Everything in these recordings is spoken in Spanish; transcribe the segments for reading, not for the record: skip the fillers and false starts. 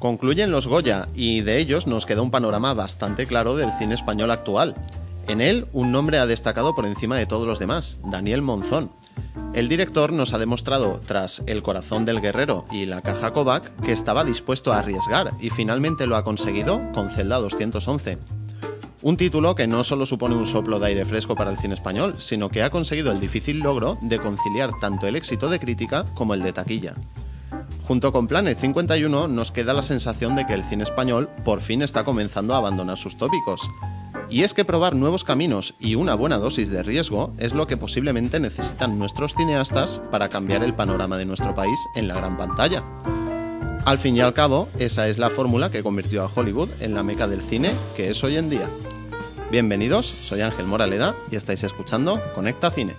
Concluyen los Goya y de ellos nos queda un panorama bastante claro del cine español actual. En él, un nombre ha destacado por encima de todos los demás, Daniel Monzón. El director nos ha demostrado, tras El corazón del guerrero y La caja Kovac, que estaba dispuesto a arriesgar y finalmente lo ha conseguido con Celda 211. Un título que no solo supone un soplo de aire fresco para el cine español, sino que ha conseguido el difícil logro de conciliar tanto el éxito de crítica como el de taquilla. Junto con Planet 51 nos queda la sensación de que el cine español por fin está comenzando a abandonar sus tópicos. Y es que probar nuevos caminos y una buena dosis de riesgo es lo que posiblemente necesitan nuestros cineastas para cambiar el panorama de nuestro país en la gran pantalla. Al fin y al cabo, esa es la fórmula que convirtió a Hollywood en la meca del cine que es hoy en día. Bienvenidos, soy Ángel Moraleda y estáis escuchando Conecta Cine.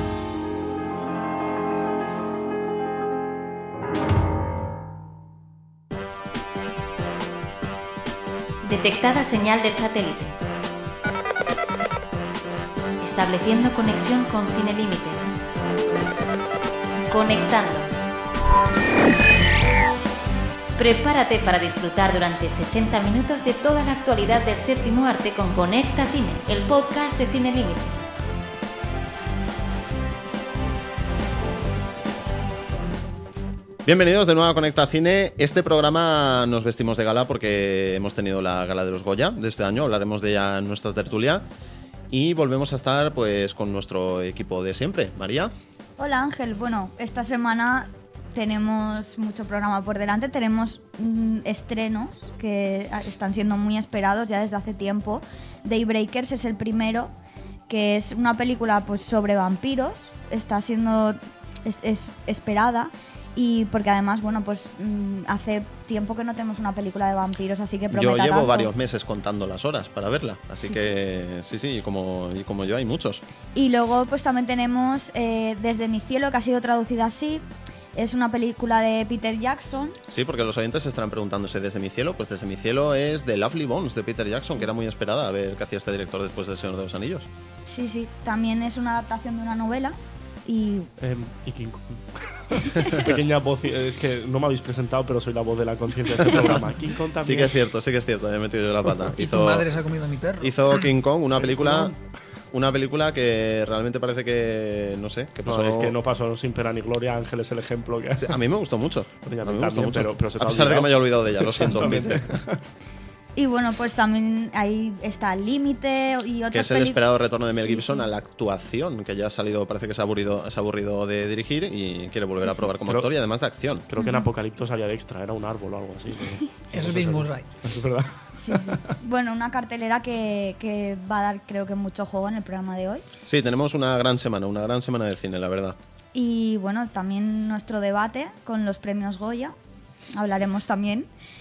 Detectada señal del satélite. Estableciendo conexión con Cine Límite. Conectando. Prepárate para disfrutar durante 60 minutos de toda la actualidad del séptimo arte con Conecta Cine, el podcast de Cine Límite. Bienvenidos de nuevo a Conecta Cine. Este programa nos vestimos de gala porque hemos tenido la gala de los Goya de este año. Hablaremos de ella en nuestra tertulia. Y volvemos a estar pues con nuestro equipo de siempre. María. Hola Ángel. Bueno, esta semana tenemos mucho programa por delante. Tenemos estrenos que están siendo muy esperados ya desde hace tiempo. Daybreakers es el primero, que es una película pues sobre vampiros. Está siendo es esperada. Y porque además, bueno, pues hace tiempo que no tenemos una película de vampiros, así que prometa Yo llevo tanto. varios meses contando las horas para verla, así que sí, y como yo hay muchos. Y luego pues también tenemos Desde mi cielo, que ha sido traducida así. Es una película de Peter Jackson. Sí, porque los oyentes se estarán preguntándose Desde mi cielo. Pues Desde mi cielo es The Lovely Bones de Peter Jackson, que era muy esperada a ver qué hacía este director después del Señor de los Anillos. Sí, también es una adaptación de una novela. Y King Kong. Pequeña voz, es que no me habéis presentado, pero soy la voz de la conciencia de este programa. King Kong también. Sí que es cierto, me he metido yo la pata. Y tu madre se ha comido a mi perro. Hizo King Kong, una película que realmente parece que, no sé, que pasó... No, es que no pasó sin pena ni gloria. Ángel es el ejemplo que... A mí me gustó mucho. Pero se te a pesar de que me haya olvidado de ella, lo siento. Y bueno, pues también ahí está El Límite y otras que es el esperado retorno de Mel Gibson a la actuación, que ya ha salido, parece que se ha aburrido de dirigir y quiere volver a probar como actor y además de acción. Creo que en Apocalipto salía de extra, era un árbol o algo así. Eso es Bill Murray. Eso es verdad. Sí. Bueno, una cartelera que va a dar creo que mucho juego en el programa de hoy. Sí, tenemos una gran semana del cine, la verdad. Y bueno, también nuestro debate con los premios Goya, hablaremos también.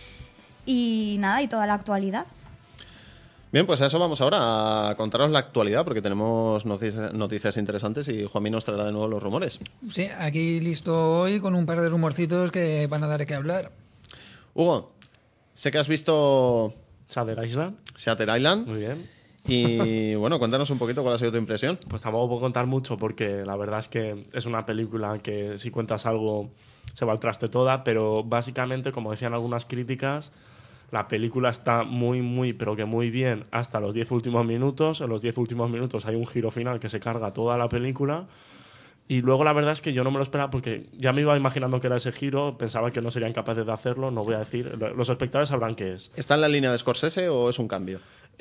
Y nada, y toda la actualidad. Bien, pues a eso vamos ahora, a contaros la actualidad, porque tenemos noticias interesantes y Juanmi nos traerá de nuevo los rumores. Sí, aquí listo hoy con un par de rumorcitos que van a dar que hablar. Hugo, sé que has visto Shutter Island. Muy bien. Y bueno, cuéntanos un poquito cuál ha sido tu impresión. Pues tampoco puedo contar mucho porque la verdad es que es una película que si cuentas algo se va al traste toda, pero básicamente, como decían algunas críticas, la película está pero que muy bien hasta los 10 últimos minutos. En los 10 últimos minutos hay un giro final que se carga toda la película. Y luego la verdad es que yo no me lo esperaba porque ya me iba imaginando que era ese giro, pensaba que no serían capaces de hacerlo, no voy a decir, los espectadores sabrán qué es. ¿Está en la línea de Scorsese o es un cambio?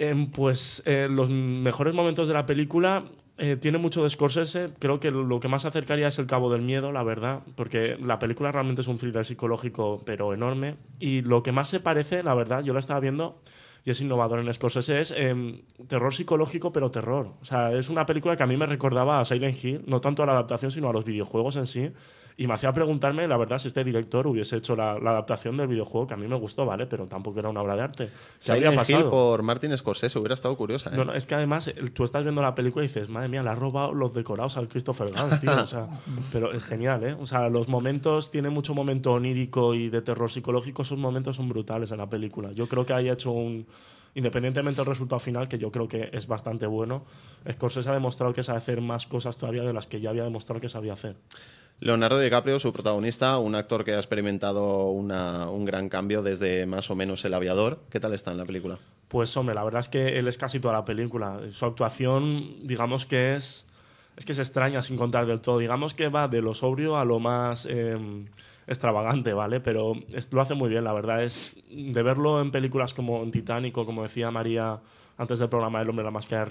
Los mejores momentos de la película tiene mucho de Scorsese. Creo que lo que más se acercaría es El Cabo del Miedo, la verdad, porque la película realmente es un thriller psicológico pero enorme. Y lo que más se parece, la verdad, yo la estaba viendo y es innovador en Scorsese, es terror psicológico pero terror. O sea, es una película que a mí me recordaba a Silent Hill, no tanto a la adaptación sino a los videojuegos en sí. Y me hacía preguntarme, la verdad, si este director hubiese hecho la adaptación del videojuego, que a mí me gustó, ¿vale? Pero tampoco era una obra de arte. Silent Hill por Martin Scorsese, hubiera estado curiosa, ¿eh? No, es que además tú estás viendo la película y dices, madre mía, le has robado los decorados al Christopher Gans, tío. O sea, pero es genial, ¿eh? O sea, los momentos, tiene mucho momento onírico y de terror psicológico, esos momentos son brutales en la película. Yo creo que haya hecho independientemente del resultado final, que yo creo que es bastante bueno, Scorsese ha demostrado que sabe hacer más cosas todavía de las que ya había demostrado que sabía hacer. Leonardo DiCaprio, su protagonista, un actor que ha experimentado un gran cambio desde más o menos El Aviador. ¿Qué tal está en la película? Pues hombre, la verdad es que él es casi toda la película. Su actuación, digamos que es que es extraña sin contar del todo. Digamos que va de lo sobrio a lo más extravagante, ¿vale? Pero lo hace muy bien, la verdad. Es de verlo en películas como en Titanic o, como decía María antes del programa, El hombre de la máscara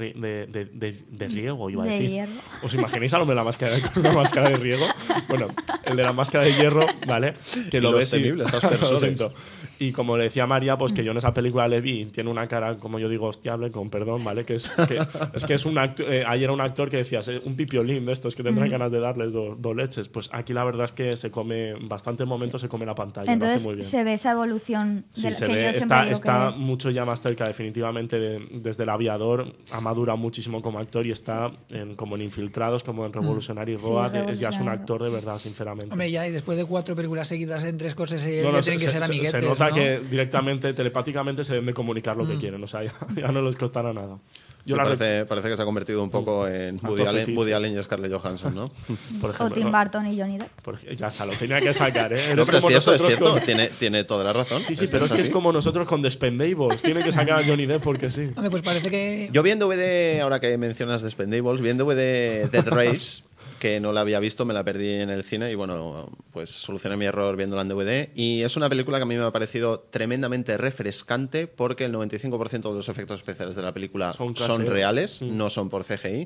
de riego, iba a De decir. hierro. ¿Os imagináis al hombre de la máscara con una máscara de riego? Bueno, el de la máscara de hierro, ¿vale? Que lo Los ves temibles Lo aspersores. siento. Y como le decía María, pues que yo en esa película le vi, tiene una cara, como yo digo, hostiable, con perdón, ¿vale? Que es un actor, ayer era un actor que decías, un pipiolín de estos que tendrán ganas de darles dos leches. Pues aquí la verdad es que se come, bastante momentos se come la pantalla, lo hace Entonces muy bien. se ve esa evolución Sí, de la se que ve, yo siempre digo está que... mucho ya más cerca, definitivamente, desde El Aviador. Ha madurado muchísimo como actor y está como en Infiltrados, como en Revolutionary Sí, Road. Ya es un Revolutionary actor de verdad, sinceramente. Hombre, ya, y después de 4 películas seguidas en 3 cosas, No, ya tienen que ser amiguetes, se nota ¿no? que directamente, telepáticamente, se deben de comunicar lo que quieren. O sea, ya no les costará nada. Sí, parece que se ha convertido un poco en Woody Allen y Scarlett Johansson, ¿no? Por O ejemplo, Tim ¿no? Burton y Johnny Depp. Ya está, lo tenía que sacar, ¿eh? No, Eres pero es como cierto, nosotros tiene toda la razón. Sí, pero es que es como nosotros con The Expendables. Tiene que sacar a Johnny Depp porque sí. Hombre, pues parece que... Yo vi en DVD, ahora que mencionas The Expendables, vi en DVD Death Race, que no la había visto, me la perdí en el cine y bueno, pues solucioné mi error viéndola en DVD. Y es una película que a mí me ha parecido tremendamente refrescante porque el 95% de los efectos especiales de la película Son son caseros. reales, no son por CGI.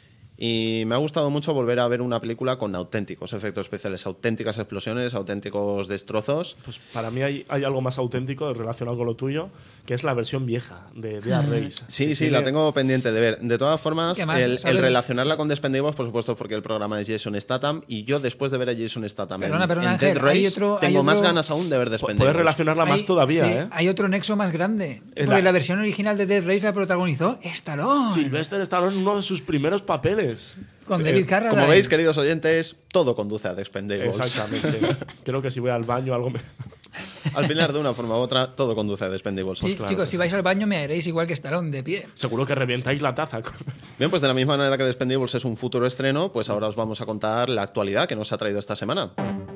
Y me ha gustado mucho volver a ver una película con auténticos efectos especiales, auténticas explosiones, auténticos destrozos. Pues para mí hay algo más auténtico relacionado con lo tuyo, que es la versión vieja de Death Race. Sí, la tengo pendiente de ver. De todas formas, ¿Qué más? el ¿Sabes? relacionarla con The Expendables, por supuesto, porque el programa es Jason Statham, y yo después de ver a Jason Statham Perdona, en Ángel, Death Race, hay tengo más otro- ganas aún de ver The Expendables. Puedes relacionarla más Hay- todavía, sí, ¿eh? Hay otro nexo más grande. Es Porque la- la versión original de Death Race la protagonizó Stallone. Sylvester Stallone en uno de sus primeros papeles. Con David Carradine. Como veis, queridos oyentes, todo conduce a The Expendables. Exactamente. Creo que si voy al baño algo me... Al final, de una forma u otra, todo conduce a The Expendables. Sí, claro chicos, que si vais al baño me haréis igual que Stallone, de pie. Seguro que revientáis la taza. Bien, pues de la misma manera que The Expendables es un futuro estreno, pues ahora os vamos a contar la actualidad que nos ha traído esta semana.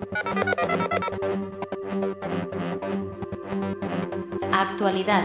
Actualidad.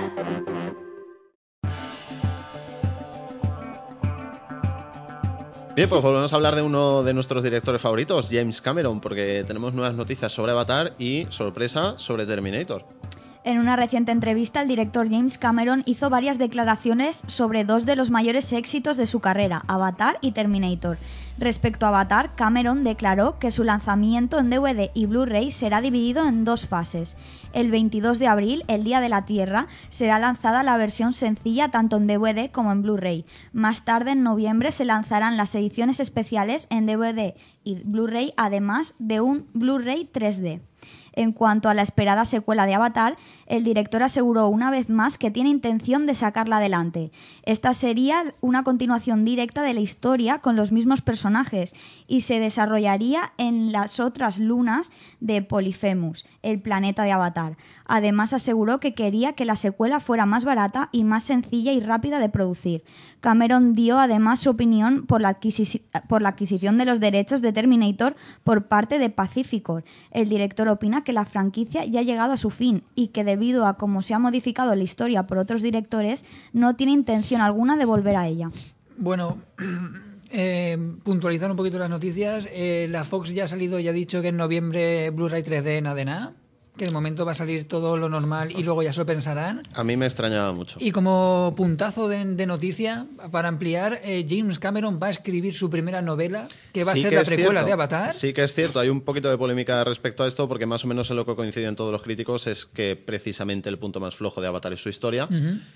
Bien, pues volvemos a hablar de uno de nuestros directores favoritos, James Cameron, porque tenemos nuevas noticias sobre Avatar y, sorpresa, sobre Terminator. En una reciente entrevista, el director James Cameron hizo varias declaraciones sobre dos de los mayores éxitos de su carrera, Avatar y Terminator. Respecto a Avatar, Cameron declaró que su lanzamiento en DVD y Blu-ray será dividido en dos fases. El 22 de abril, el Día de la Tierra, será lanzada la versión sencilla tanto en DVD como en Blu-ray. Más tarde, en noviembre, se lanzarán las ediciones especiales en DVD y Blu-ray, además de un Blu-ray 3D. En cuanto a la esperada secuela de Avatar, el director aseguró una vez más que tiene intención de sacarla adelante. Esta sería una continuación directa de la historia con los mismos personajes y se desarrollaría en las otras lunas de Polyphemus, el planeta de Avatar. Además, aseguró que quería que la secuela fuera más barata y más sencilla y rápida de producir. Cameron dio además su opinión por la adquisición de los derechos de Terminator por parte de Pacificor. El director opina que la franquicia ya ha llegado a su fin y que debido a cómo se ha modificado la historia por otros directores, no tiene intención alguna de volver a ella. Bueno, puntualizar un poquito las noticias. La Fox ya ha salido y ha dicho que en noviembre Blu-ray 3D nada de nada. Que de momento va a salir todo lo normal y luego ya se lo pensarán. A mí me extrañaba mucho. Y como puntazo de noticia, para ampliar, James Cameron va a escribir su primera novela, que va a ser la precuela de Avatar. Sí que es cierto, hay un poquito de polémica respecto a esto, porque más o menos en lo que coinciden todos los críticos es que precisamente el punto más flojo de Avatar es su historia.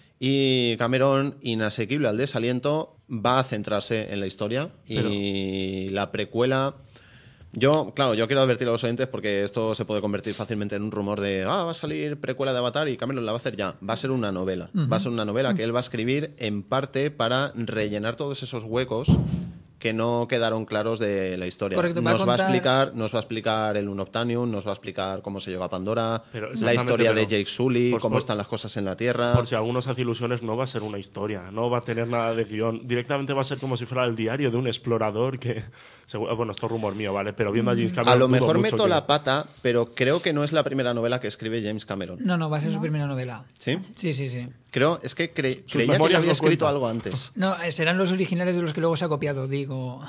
Y Cameron, inasequible al desaliento, va a centrarse en la historia. Y la precuela... Yo quiero advertir a los oyentes porque esto se puede convertir fácilmente en un rumor de va a salir precuela de Avatar y Cameron la va a hacer ya. Va a ser una novela. Va a ser una novela que él va a escribir en parte para rellenar todos esos huecos que no quedaron claros de la historia. Correcto, nos va a explicar el Unobtainium, nos va a explicar cómo se llegó a Pandora, la historia de Jake Sully, cómo están las cosas en la Tierra. Por si algunos hace ilusiones, no va a ser una historia, no va a tener nada de guión. Directamente va a ser como si fuera el diario de un explorador que... Bueno, esto es rumor mío, ¿vale? Pero viendo a James Cameron... A lo mejor meto la pata, pero creo que no es la primera novela que escribe James Cameron. No, va a ser su primera novela. ¿Sí? Sí. Creo, es que creía que ya había escrito algo antes. No, serán los originales de los que luego se ha copiado, digo.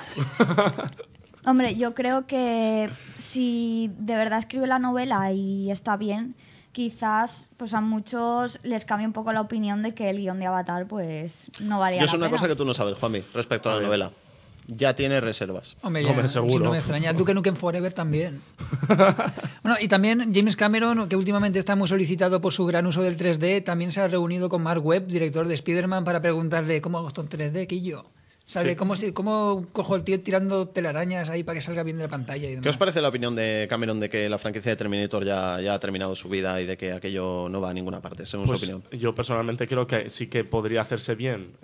Hombre, yo creo que si de verdad escribe la novela y está bien, quizás pues a muchos les cambie un poco la opinión de que el guión de Avatar pues no valía la pena. Yo es una cosa que tú no sabes, Juanmi, respecto a la novela. Ya tiene reservas. Hombre, seguro. Si no me extraña. Duke Nukem Forever también. Bueno, y también James Cameron, que últimamente está muy solicitado por su gran uso del 3D, también se ha reunido con Mark Webb, director de Spider-Man, para preguntarle ¿cómo hago esto en 3D, Quillo? ¿Sabe? Sí. ¿Cómo cojo el tío tirando telarañas ahí para que salga bien de la pantalla? Y demás? ¿Qué os parece la opinión de Cameron de que la franquicia de Terminator ya ha terminado su vida y de que aquello no va a ninguna parte, según su opinión? Yo personalmente creo que sí que podría hacerse bien.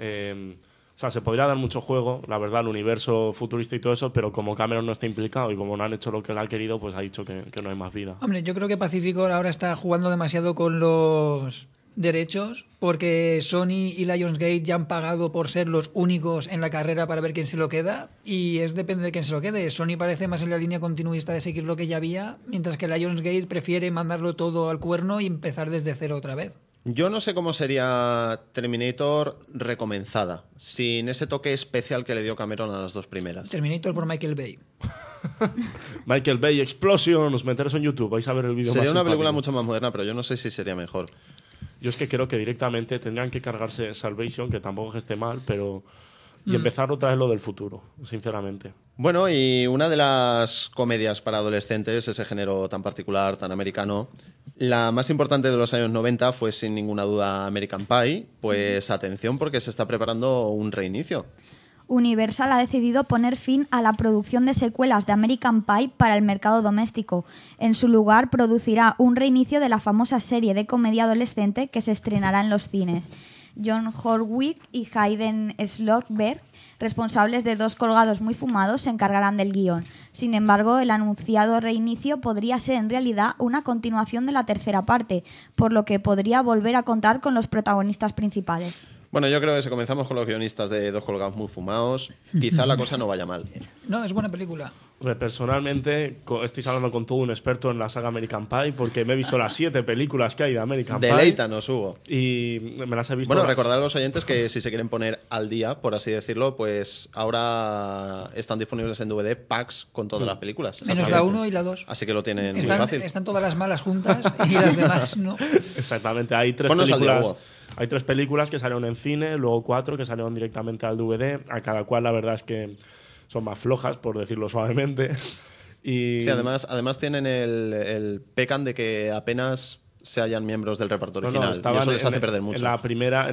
O sea, se podría dar mucho juego, la verdad, el universo futurista y todo eso, pero como Cameron no está implicado y como no han hecho lo que él ha querido, pues ha dicho que no hay más vida. Hombre, yo creo que Pacific ahora está jugando demasiado con los derechos, porque Sony y Lionsgate ya han pagado por ser los únicos en la carrera para ver quién se lo queda, y depende de quién se lo quede. Sony parece más en la línea continuista de seguir lo que ya había, mientras que Lionsgate prefiere mandarlo todo al cuerno y empezar desde cero otra vez. Yo no sé cómo sería Terminator recomenzada, sin ese toque especial que le dio Cameron a las dos primeras. Terminator por Michael Bay. Michael Bay Explosion, os meteros en YouTube, vais a ver el vídeo. Sería más una película simpático. mucho más moderna, pero yo no sé si sería mejor. Yo es que creo que directamente tendrían que cargarse Salvation, que tampoco es que esté mal, pero... Y empezar otra vez lo del futuro, sinceramente. Bueno, y una de las comedias para adolescentes, ese género tan particular, tan americano, la más importante de los años 90 fue sin ninguna duda American Pie. Pues atención porque se está preparando un reinicio. Universal ha decidido poner fin a la producción de secuelas de American Pie para el mercado doméstico. En su lugar, producirá un reinicio de la famosa serie de comedia adolescente que se estrenará en los cines. John Horwick y Hayden Slottberg, responsables de Dos colgados muy fumados, se encargarán del guión. Sin embargo, el anunciado reinicio podría ser en realidad una continuación de la tercera parte, por lo que podría volver a contar con los protagonistas principales. Bueno, yo creo que si comenzamos con los guionistas de Dos colgados muy fumados, quizá la cosa no vaya mal. No, es buena película. Personalmente, estoy hablando con todo un experto en la saga American Pie, porque me he visto las 7 películas que hay de American Pie. Deleítanos, Hugo. Y me las he visto... Bueno, recordad a los oyentes que si se quieren poner al día, por así decirlo, pues ahora están disponibles en DVD packs con todas las películas. Menos la 1 y la 2. Así que lo tienen muy fácil. Están todas las malas juntas y las demás no. Exactamente, hay 3 Ponnos al día, películas... Hugo. Hay 3 películas que salieron en cine, luego 4 que salieron directamente al DVD. A cada cual la verdad es que son más flojas, por decirlo suavemente. Y... Sí, además tienen el pecan de que apenas se hallan miembros del reparto original. Y eso les hace perder mucho. En la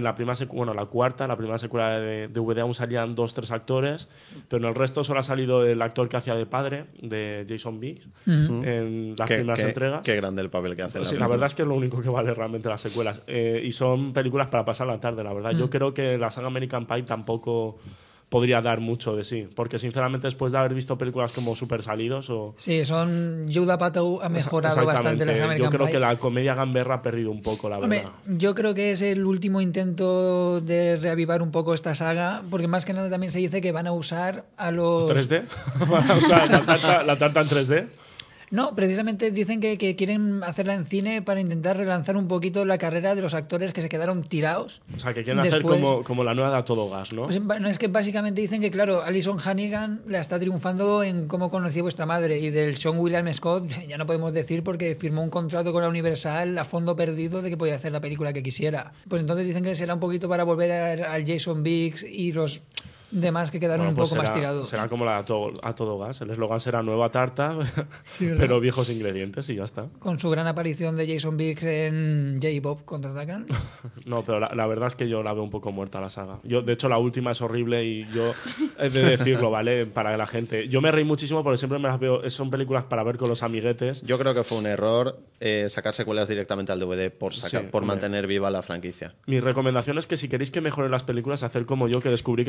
cuarta, la primera secuela de DVD aún salían 2-3 actores, pero en el resto solo ha salido el actor que hacía de padre, de Jason Biggs, en las primeras entregas. Qué grande el papel que hace. Sí, la verdad es que es lo único que vale realmente las secuelas. Y son películas para pasar la tarde, la verdad. Yo creo que la saga American Pie tampoco podría dar mucho de sí, porque sinceramente después de haber visto películas como Super Salidos o... Sí, Judd Apatow ha mejorado bastante las American Pie. Yo creo que la comedia gamberra ha perdido un poco, la verdad. Yo creo que es el último intento de reavivar un poco esta saga, porque más que nada también se dice que van a usar a los... ¿3D? ¿Van a usar la tarta en 3D? No, precisamente dicen que quieren hacerla en cine para intentar relanzar un poquito la carrera de los actores que se quedaron tirados. O sea, que quieren hacer como la nueva de A Todo Gas, ¿no? Pues es que básicamente dicen que, claro, Alison Hannigan la está triunfando en Cómo conocí a vuestra madre, y del Sean William Scott ya no podemos decir porque firmó un contrato con la Universal a fondo perdido de que podía hacer la película que quisiera. Pues entonces dicen que será un poquito para volver al Jason Biggs y los demás que quedaron un poco más tirados. Será como la a todo gas. El eslogan será nueva tarta, sí, pero viejos ingredientes y ya está. Con su gran aparición de Jason Biggs en J-Bob contraatacan. No, pero la verdad es que yo la veo un poco muerta la saga. De hecho, la última es horrible y yo he de decirlo, ¿vale? Para la gente. Yo me reí muchísimo porque siempre me las veo. Son películas para ver con los amiguetes. Yo creo que fue un error sacar secuelas directamente al DVD por mantener viva la franquicia. Mi recomendación es que si queréis que mejoren las películas, hacer como yo, que descubrí que se podía ver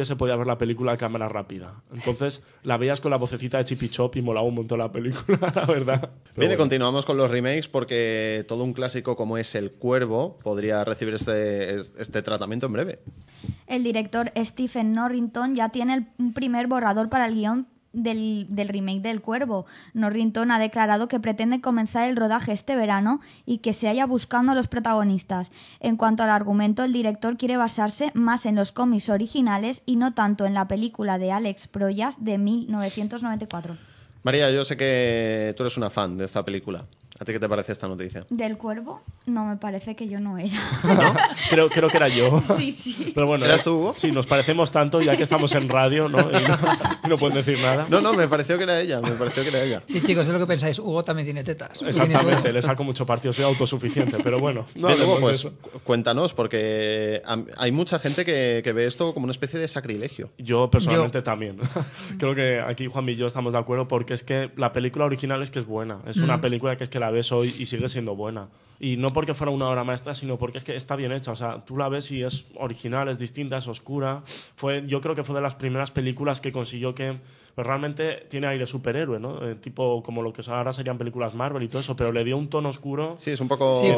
ver la película a cámara rápida. Entonces la veías con la vocecita de Chippy Chop y molaba un montón la película, la verdad. Pero Bien, bueno. continuamos con los remakes porque todo un clásico como es El Cuervo podría recibir este tratamiento en breve. El director Stephen Norrington ya tiene un primer borrador para el guión del remake del Cuervo. Norrington ha declarado que pretende comenzar el rodaje este verano y que se haya buscando a los protagonistas. En cuanto al argumento, el director quiere basarse más en los cómics originales y no tanto en la película de Alex Proyas de 1994. María, yo sé que tú eres una fan de esta película. ¿A ti qué te parece esta noticia? ¿Del Cuervo? No, me parece que yo no era. Creo que era yo. Sí, sí. Pero bueno, ¿Eras tú, Hugo? sí, nos parecemos tanto ya que estamos en radio, ¿no? Y no puedes decir nada. No, me pareció que era ella, Sí, chicos, es lo que pensáis. Hugo también tiene tetas. Exactamente, le saco mucho partido, soy autosuficiente, pero bueno, no Bien, Hugo, hablemos de pues eso. cuéntanos, porque hay mucha gente que ve esto como una especie de sacrilegio. Yo personalmente también. Creo que aquí Juan y yo estamos de acuerdo porque es que la película original es que es buena. Es una película que es que la ves hoy y sigue siendo buena. Y no porque fuera una obra maestra, sino porque es que está bien hecha. O sea, tú la ves y es original, es distinta, es oscura. Yo creo que fue de las primeras películas que consiguió que pues, realmente tiene aire superhéroe, ¿no? Tipo como lo que ahora serían películas Marvel y todo eso, pero le dio un tono oscuro. Sí, es un poco... Sí,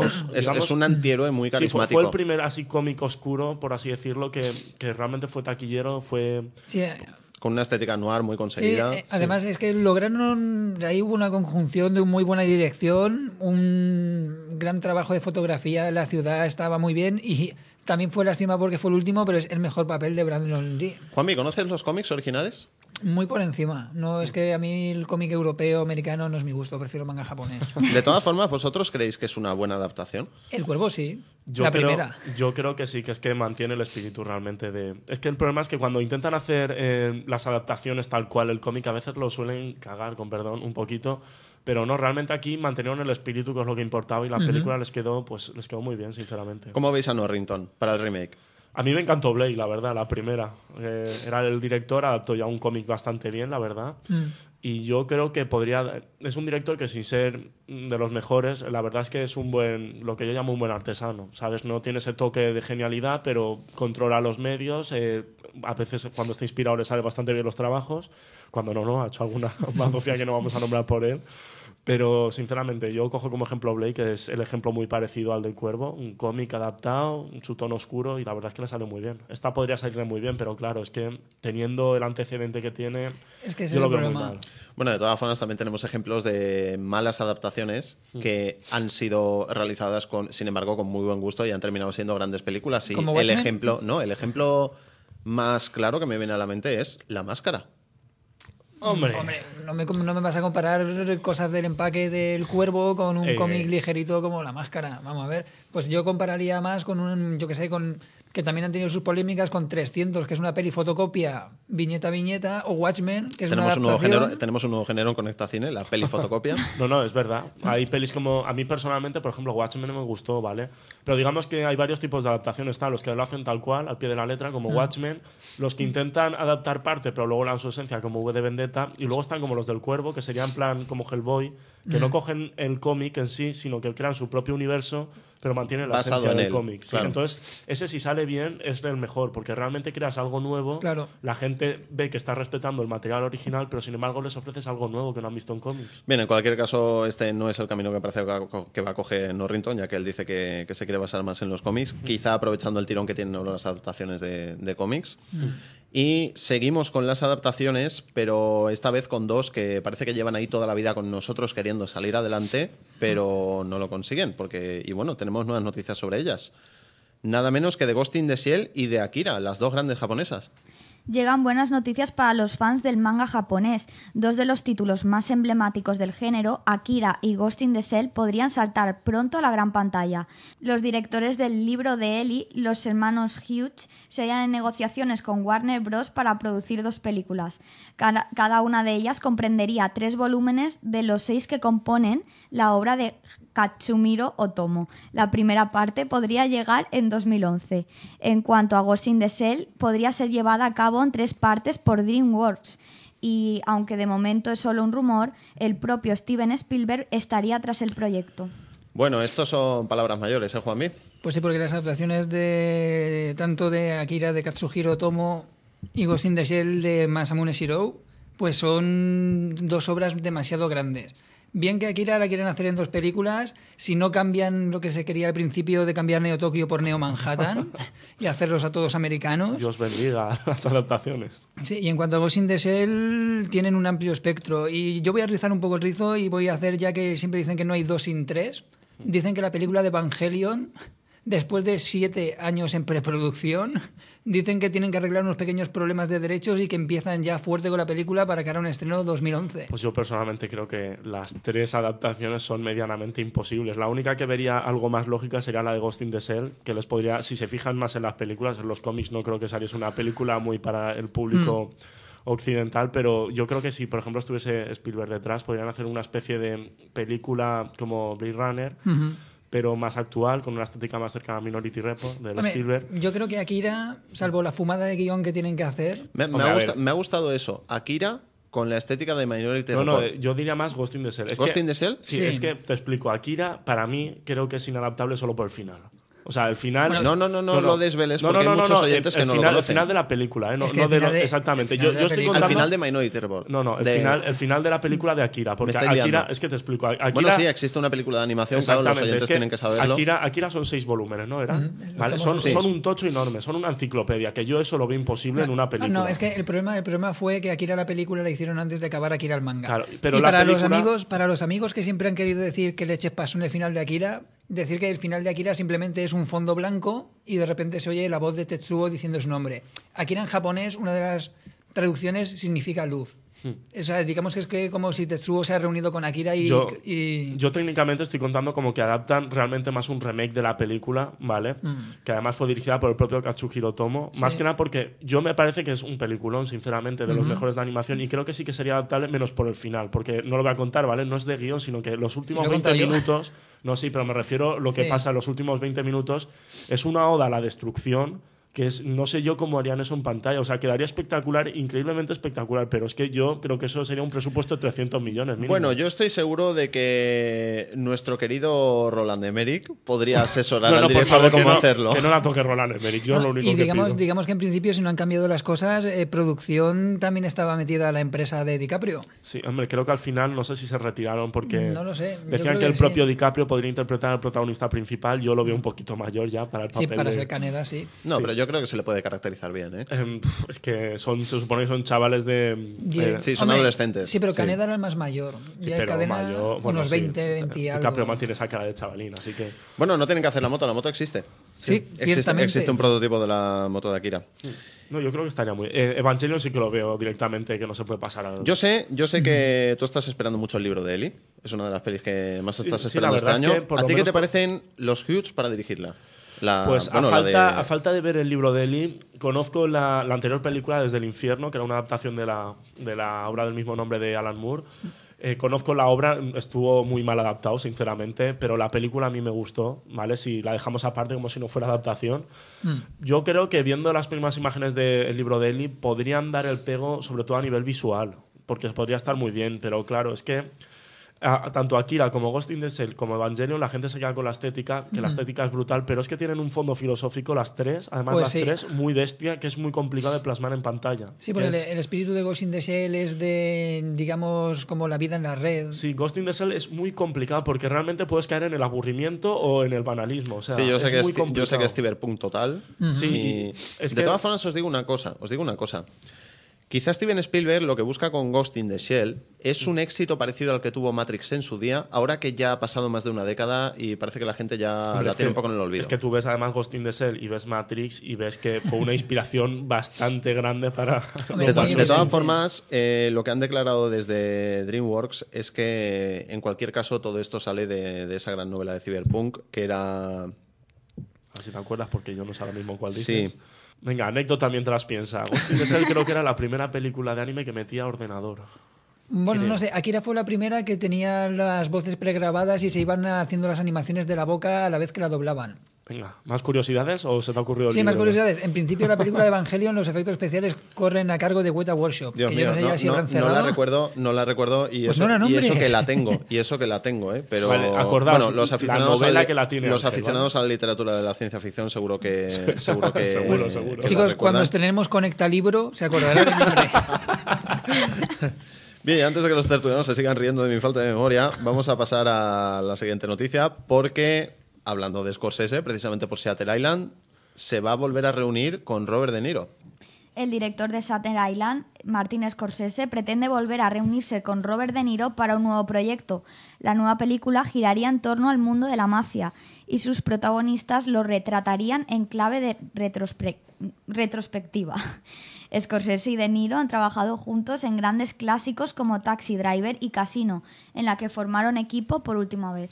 es un antihéroe muy Sí, carismático. fue el primer así cómic oscuro, por así decirlo, que realmente fue taquillero, fue... Sí, Con una estética noir muy sí, conseguida. además es que lograron, ahí hubo una conjunción de muy buena dirección, un gran trabajo de fotografía, la ciudad estaba muy bien y también fue lástima porque fue el último, pero es el mejor papel de Brandon Lee. Juanmi, ¿conoces los cómics originales? Muy por encima. No es que a mí el cómic europeo, americano no es mi gusto, prefiero manga japonés. De todas formas, ¿vosotros creéis que es una buena adaptación? El Cuervo sí, Yo creo, primera. Yo creo que sí, que es que mantiene el espíritu realmente de... Es que el problema es que cuando intentan hacer las adaptaciones tal cual el cómic, a veces lo suelen cagar, con perdón, un poquito. Pero no, realmente aquí mantenieron el espíritu, que es lo que importaba, y la película les quedó muy bien, sinceramente. ¿Cómo veis a Norrington para el remake? A mí me encantó Blade, la verdad, la primera. Era el director, adaptó ya un cómic bastante bien, la verdad. Y yo creo que es un director que sin ser de los mejores, la verdad es que es lo que yo llamo un buen artesano, ¿sabes? No tiene ese toque de genialidad, pero controla los medios. A veces cuando está inspirado le sale bastante bien los trabajos. Cuando no, ha hecho alguna bazofia que no vamos a nombrar por él. Pero, sinceramente, yo cojo como ejemplo Blade, que es el ejemplo muy parecido al del Cuervo, un cómic adaptado, su tono oscuro, y la verdad es que le sale muy bien. Esta podría salirle muy bien, pero claro, es que teniendo el antecedente que tiene, Es que ese yo es lo el veo muy problema. mal. Bueno, de todas formas, también tenemos ejemplos de malas adaptaciones que han sido realizadas, sin embargo, con muy buen gusto y han terminado siendo grandes películas. Y ¿Como Watchmen? el ejemplo más claro que me viene a la mente es La Máscara. Hombre, No me vas a comparar cosas del empaque del Cuervo con un cómic ligerito como La Máscara. Vamos a ver. Pues yo compararía más con yo que sé, que también han tenido sus polémicas con 300, que es una peli fotocopia, viñeta a viñeta, o Watchmen, que es una adaptación. Tenemos un nuevo género en Conecta Cine, la peli fotocopia. no, es verdad. Hay pelis como... A mí personalmente, por ejemplo, Watchmen me gustó, ¿vale? Pero digamos que hay varios tipos de adaptaciones. Están los que lo hacen tal cual, al pie de la letra, como Watchmen. Los que intentan adaptar parte, pero luego le dan su esencia, como V de Vendetta. Y luego están como los del Cuervo, que serían en plan como Hellboy, que no cogen el cómic en sí, sino que crean su propio universo, pero mantienen la Basado esencia en del él, cómic. ¿sí? claro. Entonces, ese si sale bien es el mejor, porque realmente creas algo nuevo. Claro. La gente ve que está respetando el material original, pero sin embargo les ofreces algo nuevo que no han visto en cómics. Bien, en cualquier caso, este no es el camino que parece que va a coger Norrington, ya que él dice que se quiere basar más en los cómics, quizá aprovechando el tirón que tienen las adaptaciones de cómics. Y seguimos con las adaptaciones, pero esta vez con dos que parece que llevan ahí toda la vida con nosotros queriendo salir adelante, pero no lo consiguen, y bueno, tenemos nuevas noticias sobre ellas. Nada menos que de Ghost in the Shell y de Akira, las dos grandes japonesas. Llegan buenas noticias para los fans del manga japonés. Dos de los títulos más emblemáticos del género, Akira y Ghost in the Shell, podrían saltar pronto a la gran pantalla. Los directores del libro de Eli, los hermanos Hughes, se hallan en negociaciones con Warner Bros. Para producir dos películas. Cada una de ellas comprendería 3 volúmenes de los 6 que componen la obra de Katsumiro Otomo. La primera parte podría llegar en 2011. En cuanto a Ghost in the Shell, podría ser llevada a cabo en 3 partes por DreamWorks. Y aunque de momento es solo un rumor, el propio Steven Spielberg estaría tras el proyecto. Bueno, estos son palabras mayores, ¿eh, Juanmi? Pues sí, porque las adaptaciones tanto de Akira, de Katsuhiro Otomo, y Ghost in the Shell de Masamune Shirow, pues son dos obras demasiado grandes. Bien que Akira la quieren hacer en 2 películas, si no cambian lo que se quería al principio de cambiar Neo Tokio por Neo Manhattan y hacerlos a todos americanos. Dios bendiga las adaptaciones. Sí, y en cuanto a Ghost in the Shell, tienen un amplio espectro. Y yo voy a rizar un poco el rizo y voy a hacer, ya que siempre dicen que no hay 2 sin 3, dicen que la película de Evangelion, después de 7 años en preproducción, dicen que tienen que arreglar unos pequeños problemas de derechos y que empiezan ya fuerte con la película para que hará un estreno 2011. Pues yo personalmente creo que las 3 adaptaciones son medianamente imposibles. La única que vería algo más lógica sería la de Ghost in the Shell, que les podría, si se fijan más en las películas, en los cómics no creo que saliese una película muy para el público occidental, pero yo creo que si, por ejemplo, estuviese Spielberg detrás, podrían hacer una especie de película como Blade Runner, pero más actual, con una estética más cercana a Minority Report, del Spielberg. Yo creo que Akira, salvo la fumada de guión que tienen que hacer... Me ha gustado eso. Akira con la estética de Minority Report. No, yo diría más Ghost in the Shell. ¿Ghost in the Shell? Sí, es que te explico. Akira, para mí, creo que es inadaptable solo por el final. O sea, el final... No lo desveles porque hay muchos oyentes que no lo conocen. El final de la película, ¿eh? Exactamente. Yo estoy contando... Al final de Minority Report. El final de la película de Akira. Porque Akira, es que te explico. Akira, bueno, sí, existe una película de animación, claro, los oyentes tienen que saberlo. Akira son 6 volúmenes, ¿no? ¿Vale? Son un tocho enorme, son una enciclopedia, que yo eso lo veo imposible en una película. No, es que el problema fue que Akira la película la hicieron antes de acabar Akira el manga. Claro, pero y para los amigos que siempre han querido decir que leches pasó en el final de Akira, decir que el final de Akira simplemente es un fondo blanco y de repente se oye la voz de Tetsuo diciendo su nombre. Akira en japonés, una de las traducciones significa luz. O sea, digamos que es que como si Tetsuo se ha reunido con Akira yo técnicamente estoy contando como que adaptan realmente más un remake de la película, ¿vale? Que además fue dirigida por el propio Katsuhiro Tomo. Sí. Más que nada porque yo me parece que es un peliculón, sinceramente, de los mejores de animación, y creo que sí que sería adaptable menos por el final, porque no lo voy a contar, ¿vale? No es de guión, sino que los últimos 20 minutos... No, sí, pero me refiero a lo que pasa en los últimos 20 minutos. Es una oda a la destrucción, que es, no sé yo cómo harían eso en pantalla. O sea, quedaría espectacular, increíblemente espectacular, pero es que yo creo que eso sería un presupuesto de 300 millones. Mínimo. Bueno, yo estoy seguro de que nuestro querido Roland Emmerich podría asesorar al director de cómo hacerlo. Que no la toque Roland Emmerich, yo lo único y que digamos que en principio, si no han cambiado las cosas, producción también estaba metida la empresa de DiCaprio. Sí, hombre, creo que al final no sé si se retiraron porque no lo sé. Decían que el propio DiCaprio podría interpretar al protagonista principal. Yo lo veo un poquito mayor ya para el papel. Sí, para ser Kaneda, sí. No, pero yo creo que se le puede caracterizar bien, ¿eh? Es que se supone que son chavales de... sí, son adolescentes. Sí, pero Kaneda era el más mayor. Sí, ya pero Cadena, mayor, unos 20 y algo. DiCaprio mantiene esa cara de chavalín, así que... Bueno, no tienen que hacer la moto existe. Sí, ciertamente. Existe un prototipo de la moto de Akira. No, yo creo que estaría muy... Evangelion sí que lo veo directamente, que no se puede pasar a... Yo sé que tú estás esperando mucho el libro de Eli. Es una de las pelis que más estás esperando este año. ¿A ti qué te parecen los Hughes para dirigirla? A falta de ver el libro de Eli, conozco la anterior película, Desde el Infierno, que era una adaptación de la obra del mismo nombre de Alan Moore. Conozco la obra, estuvo muy mal adaptado, sinceramente, pero la película a mí me gustó, ¿vale? Si la dejamos aparte como si no fuera adaptación. Yo creo que viendo las primeras imágenes del libro de Eli podrían dar el pego, sobre todo a nivel visual, porque podría estar muy bien, pero claro, es que tanto Akira como Ghost in the Shell como Evangelion, la gente se queda con la estética, que la estética es brutal, pero es que tienen un fondo filosófico las tres, además pues tres, muy bestia, que es muy complicado de plasmar en pantalla. Sí, porque el espíritu de Ghost in the Shell es de, digamos, como la vida en la red. Sí, Ghost in the Shell es muy complicado porque realmente puedes caer en el aburrimiento o en el banalismo. O sea, sí, yo sé es que es cyberpunk total. Sí. De todas formas, os digo una cosa. Quizás Steven Spielberg lo que busca con Ghost in the Shell es un éxito parecido al que tuvo Matrix en su día, ahora que ya ha pasado más de una década y parece que la gente ya la tiene un poco en el olvido. Es que tú ves además Ghost in the Shell y ves Matrix y ves que fue una inspiración bastante grande para... De todas formas, lo que han declarado desde DreamWorks es que en cualquier caso todo esto sale de esa gran novela de Cyberpunk que era... A ver si te acuerdas porque yo no sé ahora mismo cuál dices. Sí. Venga, anécdota mientras piensa. Ghost in the Shell creo que era la primera película de anime que metía ordenador. Bueno, no sé, Akira fue la primera que tenía las voces pregrabadas y se iban haciendo las animaciones de la boca a la vez que la doblaban. Venga, ¿más curiosidades o se te ha ocurrido el Sí, más libro? curiosidades. En principio, la película de Evangelion, los efectos especiales corren a cargo de Weta Workshop. Dios que mío, yo no sé ya si habrán cerrado. no la recuerdo y, Pues eso, no la y eso nombres. que la tengo, pero Vale, acordaos, bueno, los la aficionados, novela que la tiene los Ángel, aficionados a la literatura de la ciencia ficción seguro que Seguro. que la Chicos, cuando recuerdan. estrenemos Conecta Libro, se acordarán de mi nombre. Bien, y antes de que los tertulianos se sigan riendo de mi falta de memoria, vamos a pasar a la siguiente noticia, porque, hablando de Scorsese, precisamente por Shutter Island, se va a volver a reunir con Robert De Niro. El director de Shutter Island, Martin Scorsese, pretende volver a reunirse con Robert De Niro para un nuevo proyecto. La nueva película giraría en torno al mundo de la mafia y sus protagonistas lo retratarían en clave de retrospectiva. Scorsese y De Niro han trabajado juntos en grandes clásicos como Taxi Driver y Casino, en la que formaron equipo por última vez.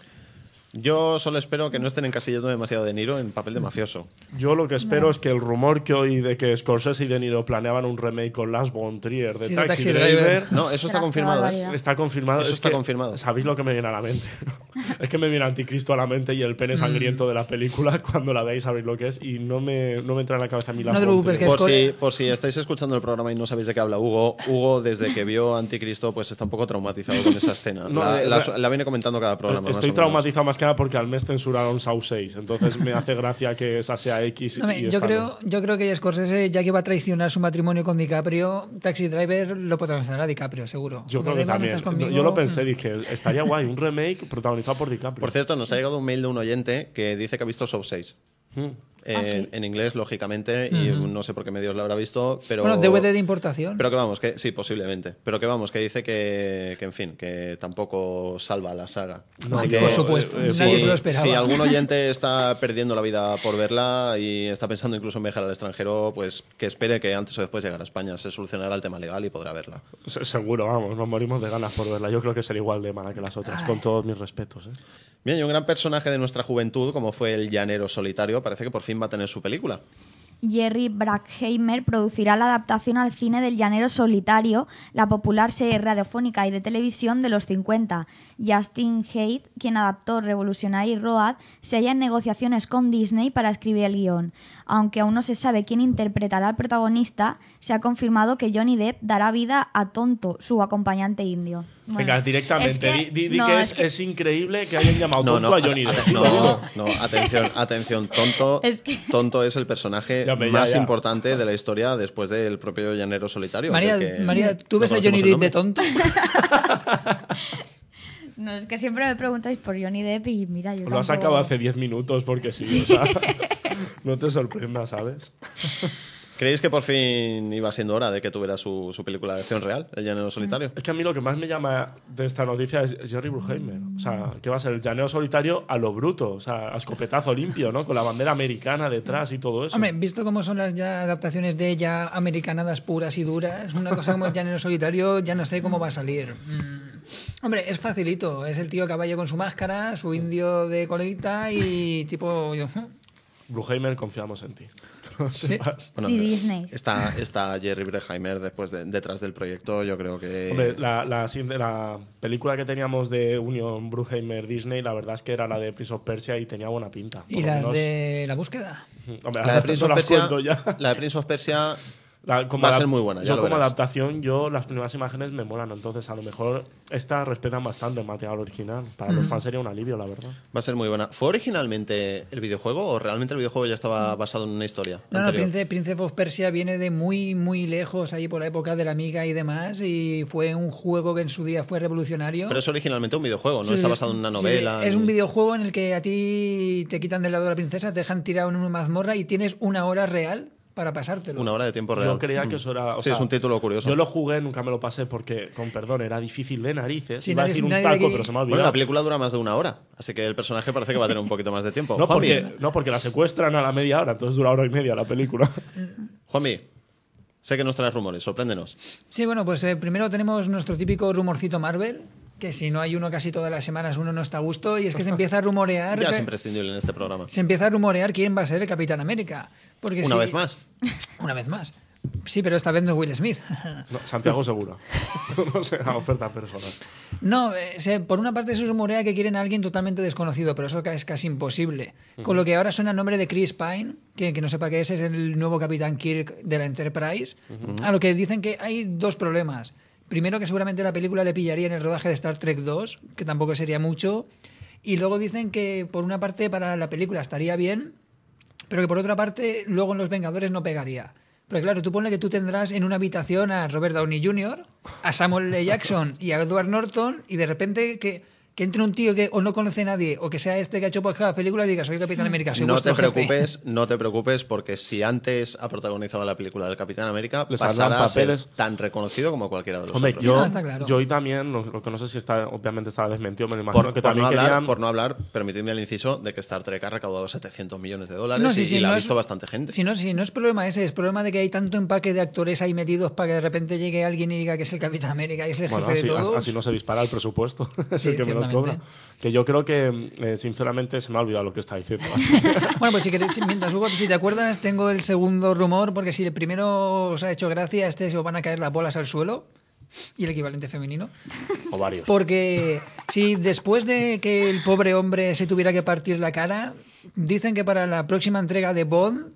Yo solo espero que no estén encasillando demasiado De Niro en papel de mafioso. Yo lo que espero es que el rumor que oí de que Scorsese y De Niro planeaban un remake con Lars von Trier de Sí, de Taxi Taxi Driver... Driver. No, eso está Ostras, qué confirmado, ¿eh? barbaridad. Está confirmado. Eso Es está que, confirmado. ¿Sabéis lo que me viene a la mente? Es que me viene Anticristo a la mente y el pene sangriento de la película. Cuando la veáis sabéis lo que es y no me entra en la cabeza a mí Lars No te von preocupes, Trier. Por si estáis escuchando el programa y no sabéis de qué habla Hugo desde que vio Anticristo, pues está un poco traumatizado con esa escena. No, la viene comentando cada programa. Estoy más o menos. traumatizado más que nada porque al mes censuraron Saw 6, entonces me hace gracia que esa sea X. Hombre, y yo esta no. creo que Scorsese, ya que va a traicionar su matrimonio con DiCaprio, Taxi Driver lo protagonizará DiCaprio, seguro. Yo Como creo que Levan, también. ¿estás conmigo? Yo lo pensé, dije, estaría guay, un remake protagonizado por DiCaprio. Por cierto, nos ha llegado un mail de un oyente que dice que ha visto Saw 6. Hmm. sí. En inglés, lógicamente, y no sé por qué medios lo habrá visto, pero... Bueno, DVD de importación. Pero que vamos, que sí, posiblemente. Pero que vamos, que dice que en fin, que tampoco salva la saga. No, Así yo- que, por supuesto, nadie se lo esperaba. Si algún oyente está perdiendo la vida por verla y está pensando incluso en viajar al extranjero, pues que espere que antes o después llegar a España. Se solucionará el tema legal y podrá verla. Seguro, vamos, nos morimos de ganas por verla. Yo creo que será igual de mala que las otras, con todos mis respetos. Bien, y un gran personaje de nuestra juventud, como fue el llanero solitario, parece que por fin va a tener su película. Jerry Bruckheimer producirá la adaptación al cine del Llanero Solitario, la popular serie radiofónica y de televisión de los 50. Justin Haidt, quien adaptó Revolutionary Road, se halla en negociaciones con Disney para escribir el guión. Aunque aún no se sabe quién interpretará al protagonista, se ha confirmado que Johnny Depp dará vida a Tonto, su acompañante indio. Venga, Bueno, directamente, es que- di no, que es que- es increíble que hayan llamado tonto a Johnny Depp. No, atención, Tonto, Es que- Tonto es el personaje Ya, más ya. importante de la historia después del propio llanero solitario. María, del que María, ¿tú no ves a conocemos Johnny el Depp de nombre. tonto? No, es que siempre me preguntáis por Johnny Depp y mira, yo Lo has tampoco- sacado hace 10 minutos porque sí, o sea, no te sorprendas, ¿sabes? ¿Creéis que por fin iba siendo hora de que tuviera su película de acción real, El llanero solitario? Es que a mí lo que más me llama de esta noticia es Jerry Bruckheimer. O sea, que va a ser el llanero solitario a lo bruto, o sea, a escopetazo limpio, ¿no? Con la bandera americana detrás y todo eso. Hombre, visto cómo son las ya adaptaciones de ya americanadas puras y duras, una cosa como el Llanero Solitario, ya no sé cómo va a salir. Hombre, es facilito. Es el tío a caballo con su máscara, su indio de coleita y tipo... Bruckheimer, confiamos en ti. No Sí. sepas. Bueno, Y Disney. Está Jerry Bruckheimer detrás del proyecto, yo creo que... Hombre, la película que teníamos de Union Bruckheimer-Disney, la verdad es que era la de Prince of Persia y tenía buena pinta. Y Por lo las menos- de la búsqueda. Hombre, La de Prince no of las Persia, cuento ya. la de Prince of Persia Como va a adap- ser muy buena, ya yo lo como verás. adaptación, las primeras imágenes me molan, entonces a lo mejor esta respetan bastante el material original. Para los fans sería un alivio, la verdad. va a ser muy buena. ¿Fue originalmente el videojuego o realmente el videojuego ya estaba basado en una historia No, anterior? Prince of Persia viene de muy, muy lejos, ahí por la época de la Amiga y demás, y fue un juego que en su día fue revolucionario. Pero es originalmente un videojuego, no Sí, está basado en una sí, novela. es en- un videojuego en el que a ti te quitan del lado de la princesa, te dejan tirado en una mazmorra y tienes una hora real para pasártelo. Una hora de tiempo real. Yo creía que eso era. O Sí, sea, es un título curioso. Yo lo jugué, nunca me lo pasé porque, con perdón, era difícil de narices. Sí, Iba a nadie- decir un nadie de taco, aquí- pero se me ha Bueno, olvidado. la película dura más de una hora, así que el personaje parece que va a tener un poquito más de tiempo. No Juanmi, porque la secuestran a la media hora, entonces dura hora y media la película. Juanmi, sé que nos traes rumores, sorpréndenos. Sí, bueno, pues primero tenemos nuestro típico rumorcito Marvel, que si no hay uno casi todas las semanas uno no está a gusto, y es que se empieza a rumorear... Ya es que- imprescindible en este programa. se empieza a rumorear quién va a ser el Capitán América. Porque Una vez más. Una vez más. Sí, pero esta vez no es Will Smith. No, Santiago Segura. No sé, la oferta personal. No, por una parte se rumorea que quieren a alguien totalmente desconocido, pero eso es casi imposible. Con lo que ahora suena el nombre de Chris Pine, que no sepa qué es el nuevo Capitán Kirk de la Enterprise. A lo que dicen que hay dos problemas. Primero, que seguramente la película le pillaría en el rodaje de Star Trek 2, que tampoco sería mucho. Y luego dicen que por una parte para la película estaría bien, pero que por otra parte luego en Los Vengadores no pegaría. Pero claro, tú ponle que tú tendrás en una habitación a Robert Downey Jr., a Samuel L. Jackson y a Edward Norton, y de repente que entre un tío que o no conoce a nadie o que sea este que ha hecho cada película y diga soy Capitán América, soy vuestro jefe. No te preocupes porque si antes ha protagonizado la película del Capitán América, Les pasará a ser papeles. tan reconocido como cualquiera de los Hombre, otros. yo, No, está claro. yo hoy también, lo que no sé si obviamente estaba desmentido, me lo imagino que también por no hablar, permitidme el inciso de que Star Trek ha recaudado $700 millones No, sí, y la no ha es- visto bastante gente. Si no es problema ese, es problema de que hay tanto empaque de actores ahí metidos para que de repente llegue alguien y diga que es el Capitán América y es el Bueno, jefe de todos. así no se dispara el presupuesto, es Sí, el que menos ciertamente. cobra. Que yo creo que, sinceramente, se me ha olvidado lo que está diciendo. Bueno, pues mientras Hugo, si te acuerdas, tengo el segundo rumor, porque si el primero os ha hecho gracia, se os van a caer las bolas al suelo, y el equivalente femenino. O varios. Porque si después de que el pobre hombre se tuviera que partir la cara, dicen que para la próxima entrega de Bond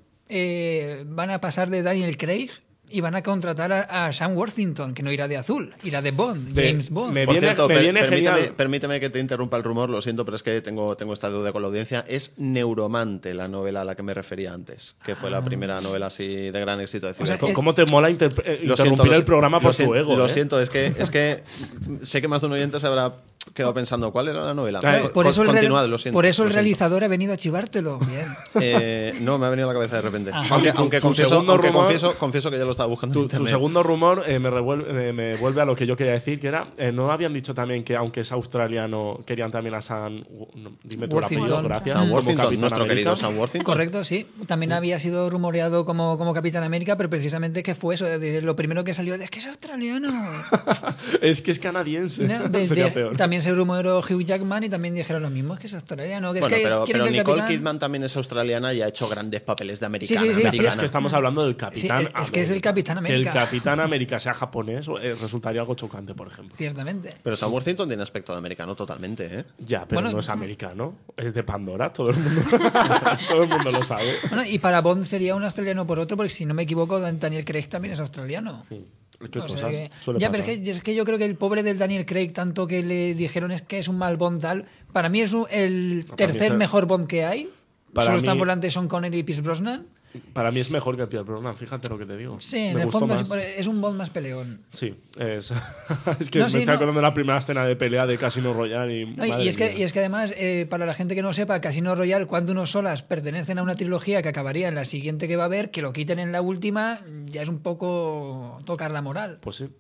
van a pasar de Daniel Craig y van a contratar a Sam Worthington, que no irá de azul, irá de Bond, James Bond. Me Por viene, cierto, me viene genial. permíteme que te interrumpa el rumor, lo siento, pero es que tengo esta deuda con la audiencia. Es Neuromante la novela a la que me refería antes, que fue la primera novela así de gran éxito de O sea, Ciberpunk. ¿Cómo te mola Lo interrumpir siento, el programa por tu ego? Lo ¿eh? siento, es que sé que más de un oyente se habrá quedado pensando cuál era la novela. Por eso, Continuad, lo siento. por eso el lo siento. realizador ha venido a chivártelo. Bien. No, me ha venido a la cabeza de repente. Ajá. Aunque Tu segundo rumor- confieso que ya lo estaba buscando en Tu internet. segundo rumor me vuelve a lo que yo quería decir, que era, ¿no habían dicho también que aunque es australiano, querían también a Sam, dime tu apellido, Worthington. gracias, Sam como Worthington, Capitán nuestro América? querido Sam Worthington. Correcto, sí. También había sido rumoreado como Capitán América, pero precisamente que fue eso. Lo primero que salió es que es australiano. Es que es canadiense. No, Sería peor. También se rumoreó Hugh Jackman y también dijeron lo mismo, es que es australiano. Que Bueno, es que pero quieren que el Nicole capitán- Kidman también es australiana y ha hecho grandes papeles de americana. Sí, sí, sí, Pero sí. es que estamos hablando del Capitán Sí, es que es el Capitán América. Que el Capitán América sea japonés resultaría algo chocante, por ejemplo. Ciertamente. Pero Sam Worthington tiene aspecto de americano totalmente, ¿eh? Ya, pero Bueno, no es americano. Es de Pandora, todo el mundo, todo el mundo lo sabe. Bueno, y para Bond sería un australiano por otro, porque si no me equivoco, Daniel Craig también es australiano. ¿Qué O sea cosas? que- Suele ya, pero pasar. es que yo creo que el pobre del Daniel Craig, tanto que le dijeron es que es un mal Bond tal, para mí es el Para tercer mí es- mejor Bond que hay. Para Solo mí- están volante Sean Connery y Pierce Brosnan. Para mí es mejor que Pierre Brosnan, fíjate lo que te digo. Sí, Me en el gustó fondo más. es un Bond más peleón. Sí, es, es que No, me sí, estoy no. acordando de la primera escena de pelea de Casino Royale y, No, y madre es que, mía. y es que además, para la gente que no sepa, Casino Royale, cuando unos solas pertenecen a una trilogía que acabaría en la siguiente que va a haber, que lo quiten en la última, ya es un poco tocar la moral. Pues sí.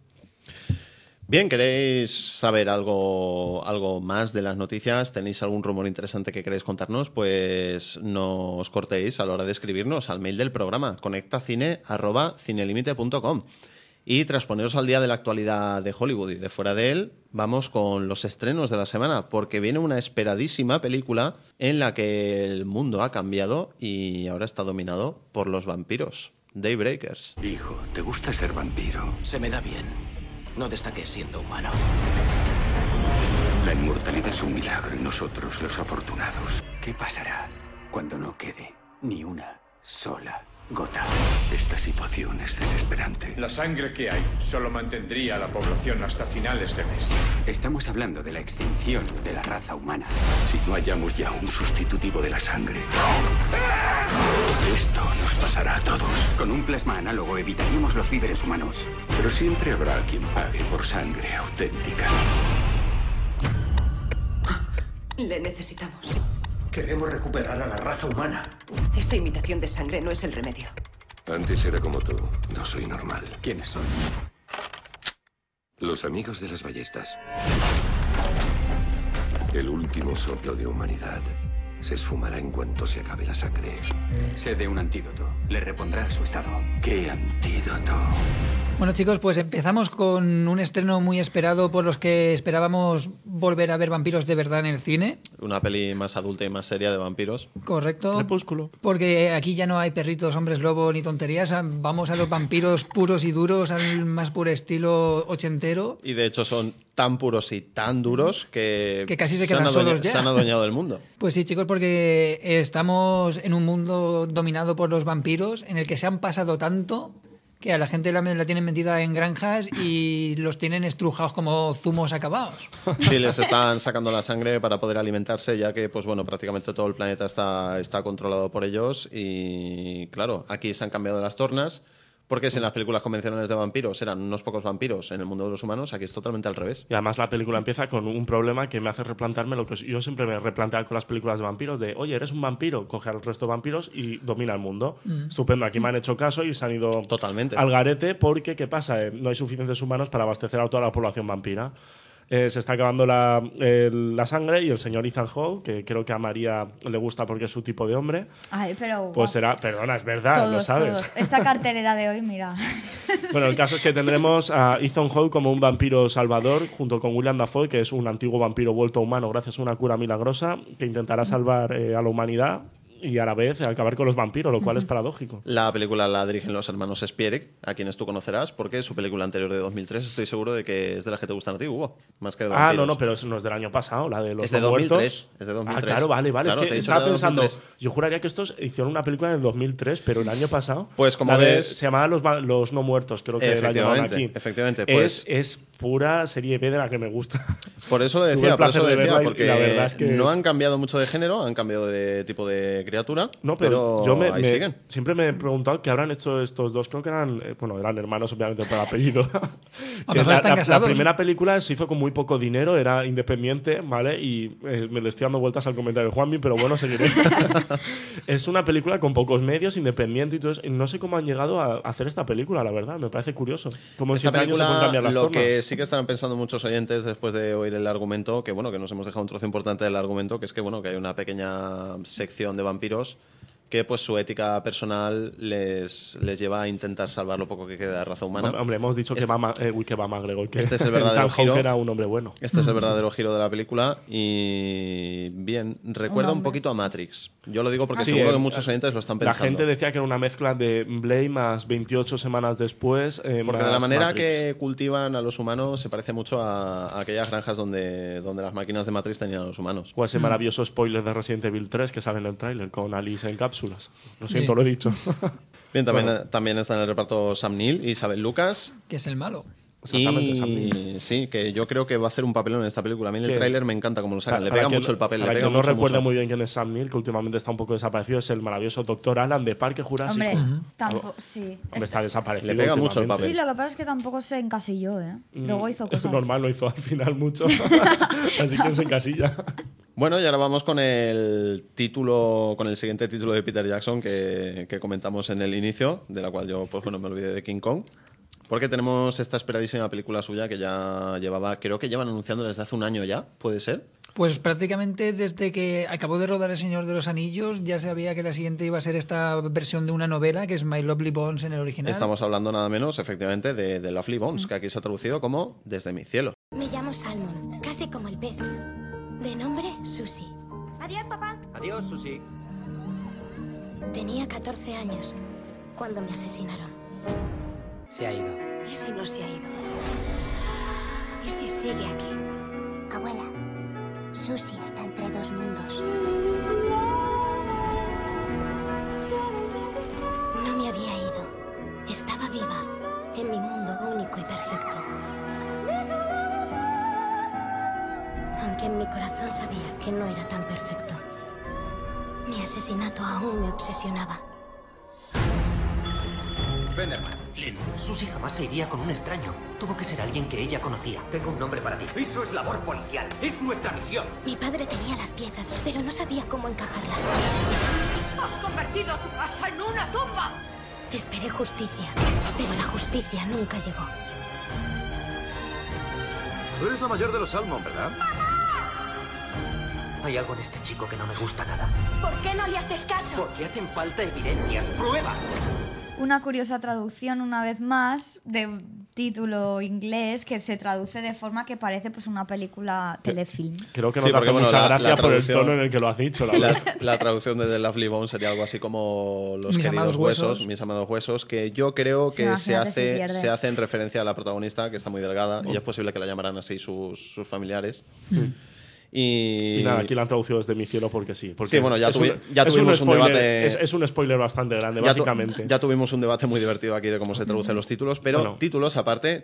Bien, ¿queréis saber algo más de las noticias? ¿Tenéis algún rumor interesante que queréis contarnos? Pues no os cortéis a la hora de escribirnos al mail del programa, conectacine@cinelimite.com. Y tras poneros al día de la actualidad de Hollywood y de fuera de él, vamos con los estrenos de la semana, porque viene una esperadísima película en la que el mundo ha cambiado y ahora está dominado por los vampiros, Daybreakers. Hijo, ¿te gusta ser vampiro? Se me da bien. No destaqué siendo humano. La inmortalidad es un milagro y nosotros los afortunados. ¿Qué pasará cuando no quede ni una sola gota? Esta situación es desesperante. La sangre que hay solo mantendría a la población hasta finales de mes. Estamos hablando de la extinción de la raza humana. Si no hallamos ya un sustitutivo de la sangre, esto nos pasará a todos. Con un plasma análogo evitaríamos los víveres humanos. Pero siempre habrá quien pague por sangre auténtica. Le necesitamos. Queremos recuperar a la raza humana. Esa imitación de sangre no es el remedio. Antes era como tú. No soy normal. ¿Quiénes sois? Los amigos de las ballestas. El último soplo de humanidad se esfumará en cuanto se acabe la sangre. Sé de un antídoto. Le repondrá a su estado. ¿Qué antídoto? Bueno, chicos, pues empezamos con un estreno muy esperado por los que esperábamos volver a ver vampiros de verdad en el cine. Una peli más adulta y más seria de vampiros. Correcto. Crepúsculo. Porque aquí ya no hay perritos, hombres lobo ni tonterías. Vamos a los vampiros puros y duros, al más puro estilo ochentero. Y de hecho son tan puros y tan duros que casi se quedan solos ya. Se han adueñado del mundo. Pues sí, chicos, porque estamos en un mundo dominado por los vampiros en el que se han pasado tanto que a la gente la tienen metida en granjas y los tienen estrujados como zumos acabados. Sí, les están sacando la sangre para poder alimentarse, ya que pues bueno, prácticamente todo el planeta está controlado por ellos. Y claro, aquí se han cambiado las tornas, porque si en las películas convencionales de vampiros eran unos pocos vampiros en el mundo de los humanos, aquí es totalmente al revés. Y además la película empieza con un problema que me hace replantearme lo que yo siempre me replanteaba con las películas de vampiros, de, oye, eres un vampiro, coge al resto de vampiros y domina el mundo. Estupendo, aquí me han hecho caso y se han ido totalmente al garete porque, ¿qué pasa? No hay suficientes humanos para abastecer a toda la población vampira. Se está acabando la sangre y el señor Ethan Hawke, que creo que a María le gusta porque es su tipo de hombre. Ay, pero... Pues será... Perdona, es verdad, lo sabes. Todos. Esta cartelera de hoy, mira. Bueno, el caso es que tendremos a Ethan Hawke como un vampiro salvador, junto con William Dafoe, que es un antiguo vampiro vuelto humano gracias a una cura milagrosa, que intentará salvar a la humanidad y a la vez acabar con los vampiros, lo cual es paradójico. La película la dirigen los hermanos Spierig, a quienes tú conocerás, porque su película anterior de 2003 estoy seguro de que es de las que te gustan a ti, Hugo, más que de vampiros. No, pero no es del año pasado, la de los es de no 2003, muertos. Es de 2003. Claro, vale. Claro, es que estaba pensando, yo juraría que estos hicieron una película en el 2003, pero el año pasado... Pues como ves... Se llamaba los no muertos, creo que la llamaban aquí. Efectivamente, pues... Es pura serie B de la que me gusta. Por eso lo decía, porque la verdad es que no han cambiado mucho de género, han cambiado de tipo de criatura, no, pero yo ahí siguen. Siempre me he preguntado qué habrán hecho estos dos, creo que eran hermanos obviamente por apellido. A lo mejor están casados. La primera película se hizo con muy poco dinero, era independiente, ¿vale? Y me le estoy dando vueltas al comentario de Juanmi, pero bueno, seguiré. Es una película con pocos medios, independiente y todo eso. No sé cómo han llegado a hacer esta película, la verdad, me parece curioso. Como en 7 años se pueden cambiar las lo tornas. Que sí que estarán pensando muchos oyentes después de oír el argumento, que bueno, que nos hemos dejado un trozo importante del argumento, que es que bueno, que hay una pequeña sección de vampiros que pues su ética personal les lleva a intentar salvar lo poco que queda de raza humana. Hombre, hemos dicho que va McGregor, que este es el verdadero giro. Era un hombre bueno. Este es el verdadero giro de la película y bien, recuerda un poquito a Matrix. Yo lo digo porque seguro que muchos oyentes lo están pensando. La gente decía que era una mezcla de Blade más 28 semanas después. Porque de la manera Matrix. Que cultivan a los humanos se parece mucho a aquellas granjas donde las máquinas de Matrix tenían a los humanos. O ese maravilloso spoiler de Resident Evil 3 que sale en el tráiler con Alice en cápsulas. Lo siento, lo he dicho. Bien, también está en el reparto Sam Neill y Isabel Lucas. Que es el malo. Exactamente, Sam Neill. Sí, que yo creo que va a hacer un papelón en esta película. A mí en el tráiler me encanta cómo lo sacan. Le para pega mucho el papel. Para le pega que no mucho, recuerde mucho. muy bien quién es Sam Neill, que últimamente está un poco desaparecido, es el maravilloso Dr. Alan de Parque Jurásico. Hombre, tampoco, sí. Está desaparecido. Le pega mucho el papel. Sí, lo que pasa es que tampoco se encasilló, ¿eh? Luego hizo cosas. Es normal, no hizo al final mucho. Así que se encasilla. Bueno, y ahora vamos con el siguiente título de Peter Jackson que comentamos en el inicio, de la cual yo pues bueno me olvidé de King Kong. Porque tenemos esta esperadísima película suya que ya creo que llevan anunciando desde hace un año ya, ¿puede ser? Pues prácticamente desde que acabó de rodar El Señor de los Anillos ya sabía que la siguiente iba a ser esta versión de una novela que es My Lovely Bones en el original. Estamos hablando nada menos, efectivamente, de Lovely Bones, que aquí se ha traducido como Desde mi cielo. Me llamo Salmon, casi como el pez. De nombre, Susie. Adiós, papá. Adiós, Susie. Tenía 14 años cuando me asesinaron. Se ha ido. ¿Y si no se ha ido? ¿Y si sigue aquí? Abuela, Susie está entre dos mundos. No me había ido. Estaba viva, en mi mundo único y perfecto. Aunque en mi corazón sabía que no era tan perfecto. Mi asesinato aún me obsesionaba. Fennerman. Lynn, Susie jamás se iría con un extraño. Tuvo que ser alguien que ella conocía. Tengo un nombre para ti. Eso es labor policial. Es nuestra misión. Mi padre tenía las piezas, pero no sabía cómo encajarlas. ¡Has convertido tu casa en una tumba! Esperé justicia, pero la justicia nunca llegó. Tú eres la mayor de los Salmon, ¿verdad? Hay algo en este chico que no me gusta nada. ¿Por qué no le haces caso? Porque hacen falta evidencias, pruebas. una curiosa traducción, una vez más, de un título inglés que se traduce de forma que parece pues una película telefilm. Creo que no te hace mucha gracia por el tono en el que lo has dicho. La traducción de The Lovely Bones sería algo así como Los Mis queridos amados huesos, Mis amados huesos, que yo creo que se imagínate, hace en referencia a la protagonista, que está muy delgada, y es posible que la llamaran así sus familiares. Y nada, aquí la han traducido desde mi cielo porque sí. Porque sí, bueno, ya tuvimos un debate. Es un spoiler bastante grande, básicamente. Ya tuvimos un debate muy divertido aquí de cómo se traducen los títulos, pero bueno, títulos aparte,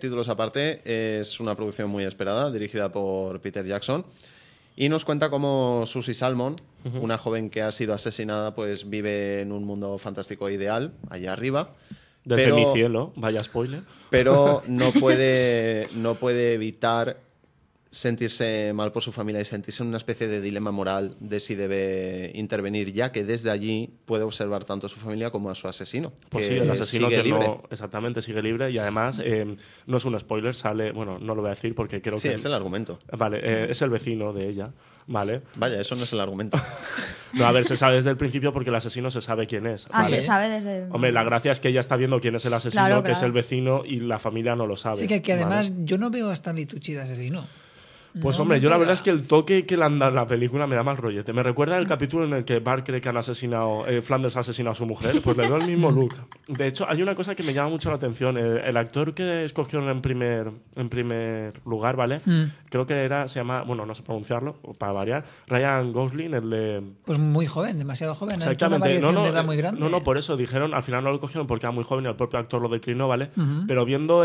es una producción muy esperada, dirigida por Peter Jackson. Y nos cuenta cómo Susie Salmon, una joven que ha sido asesinada, pues vive en un mundo fantástico e ideal, allá arriba. Desde mi cielo, vaya spoiler. Pero no puede evitar sentirse mal por su familia y sentirse en una especie de dilema moral de si debe intervenir, ya que desde allí puede observar tanto a su familia como a su asesino. Pues sí, el asesino sigue libre. Exactamente, sigue libre y además no es un spoiler, sale, bueno, no lo voy a decir porque creo que... Sí, es el argumento. Vale, es el vecino de ella, ¿vale? Vaya, eso no es el argumento. No, a ver, se sabe desde el principio porque el asesino se sabe quién es. ¿vale? Se sabe desde... Hombre, la gracia es que ella está viendo quién es el asesino, claro. Es el vecino y la familia no lo sabe. Sí, que además yo no veo a Stanley Tucci de asesino. Pues hombre, yo la verdad es que el toque que le han dado en la película me da mal rollete. Me recuerda el capítulo en el que Bart cree que Flanders ha asesinado a su mujer. Pues le veo el mismo look. De hecho, hay una cosa que me llama mucho la atención. El actor que escogieron en primer lugar, ¿vale? Creo que se llama, bueno, no sé pronunciarlo, para variar, Ryan Gosling, el de... Pues muy joven, demasiado joven. Exactamente. Ha hecho una variación de edad muy grande. No, por eso dijeron, al final no lo cogieron porque era muy joven y el propio actor lo declinó, ¿vale? Pero viendo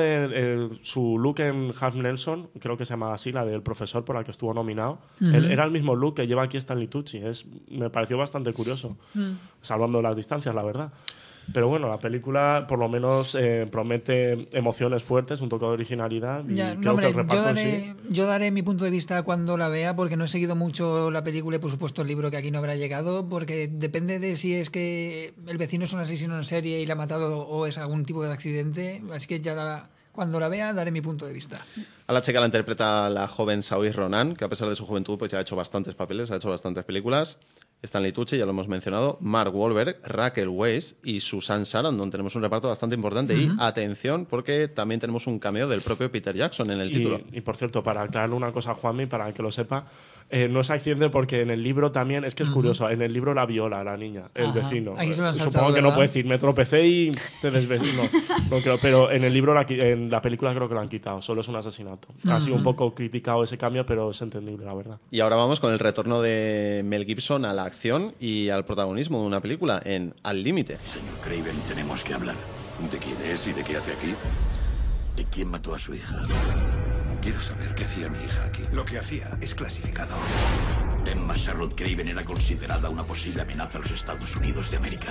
su look en Half Nelson, creo que se llama así, la del profesor por la que estuvo nominado, era el mismo look que lleva aquí Stanley Tucci. Me pareció bastante curioso, salvando las distancias, la verdad. Pero bueno, la película por lo menos promete emociones fuertes, un toque de originalidad y creo que el reparto yo daré mi punto de vista cuando la vea, porque no he seguido mucho la película y por supuesto el libro, que aquí no habrá llegado, porque depende de si es que el vecino es un asesino en serie y la ha matado o es algún tipo de accidente, así que cuando la vea daré mi punto de vista. A la chica la interpreta la joven Saoirse Ronan, que a pesar de su juventud pues ya ha hecho bastantes papeles, ha hecho bastantes películas. Stanley Tucci, ya lo hemos mencionado, Mark Wahlberg, Raquel Weisz y Susan Sarandon. Tenemos un reparto bastante importante. Y atención, porque también tenemos un cameo del propio Peter Jackson en el título. Y por cierto, para aclararle una cosa a Juanmi, para que lo sepa, no es accidente porque en el libro también, es que es curioso, en el libro la viola a la niña, el vecino. Aquí se lo han saltado, supongo que ¿verdad? no puede decir, me tropecé y te desvecino. No creo, pero en el libro, en la película creo que lo han quitado, solo es un asesinato. Ha sido un poco criticado ese cambio, pero es entendible, la verdad. Y ahora vamos con el retorno de Mel Gibson a la acción y al protagonismo de una película en Al Límite. Señor Craven, tenemos que hablar. ¿De quién es y de qué hace aquí? ¿De quién mató a su hija? Quiero saber qué hacía mi hija aquí. Lo que hacía es clasificado. Emma Charlotte Craven era considerada una posible amenaza a los Estados Unidos de América.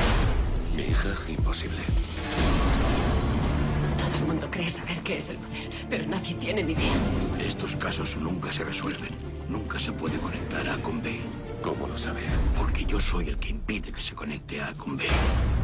Mi hija, imposible. Todo el mundo cree saber qué es el poder, pero nadie tiene ni idea. Estos casos nunca se resuelven. Nunca se puede conectar A con B. ¿Cómo lo sabe? Porque yo soy el que impide que se conecte A con B.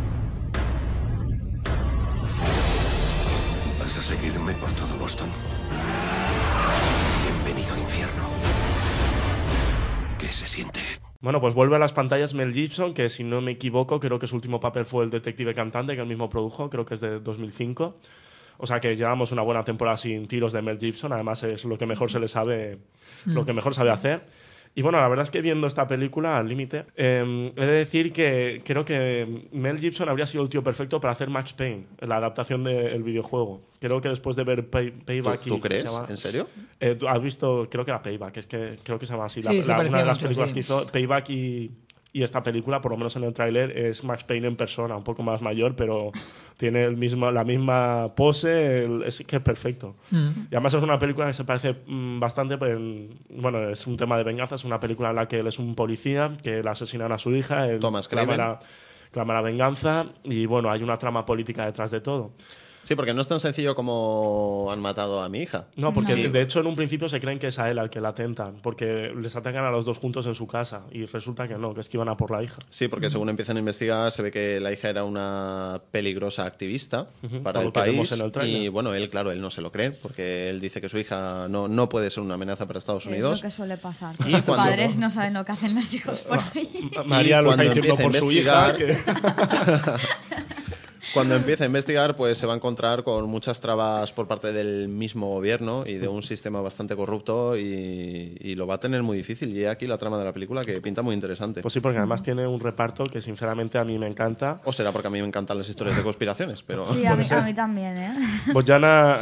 ¿Vas a seguirme por todo Boston? Bienvenido al infierno. ¿Qué se siente? Bueno, pues vuelve a las pantallas Mel Gibson, que si no me equivoco, creo que su último papel fue El detective cantante, que él mismo produjo, creo que es de 2005. O sea que llevamos una buena temporada sin tiros de Mel Gibson, además es lo que mejor se le sabe, lo que mejor sabe hacer. Y bueno, la verdad es que viendo esta película, Al Límite, he de decir que creo que Mel Gibson habría sido el tío perfecto para hacer Max Payne, la adaptación del videojuego. Creo que después de ver Payback... ¿Tú crees? ¿En serio? ¿Tú has visto? Creo que era Payback, es que creo que se llama así. Sí, Una de las películas que hizo Payback y esta película, por lo menos en el tráiler, es Max Payne en persona, un poco más mayor, pero tiene la misma pose, es que es perfecto. Y además es una película que se parece bastante, bueno, es un tema de venganza, es una película en la que él es un policía, que le asesinan a su hija, él Thomas Craven. clama la venganza y bueno, hay una trama política detrás de todo. Sí, porque no es tan sencillo como han matado a mi hija. No, porque Sí. de hecho en un principio se creen que es a él al que la atentan, porque les atacan a los dos juntos en su casa y resulta que no, que es que iban a por la hija. Sí, porque según empiezan a investigar se ve que la hija era una peligrosa activista para por el lo que vemos país en el tráiler. y bueno, él no se lo cree porque él dice que su hija no puede ser una amenaza para Estados Unidos. Es lo que suele pasar. Y Los cuando- padres no saben lo que hacen los hijos por ahí. María lo está cuando diciendo empieza a por su hija. investigar- Cuando empiece a investigar, pues se va a encontrar con muchas trabas por parte del mismo gobierno y de un sistema bastante corrupto y lo va a tener muy difícil. Y aquí la trama de la película que pinta muy interesante. Pues sí, porque además tiene un reparto que sinceramente a mí me encanta. O será porque a mí me encantan las historias de conspiraciones, pero... Sí, a mí también, ¿eh? Bojana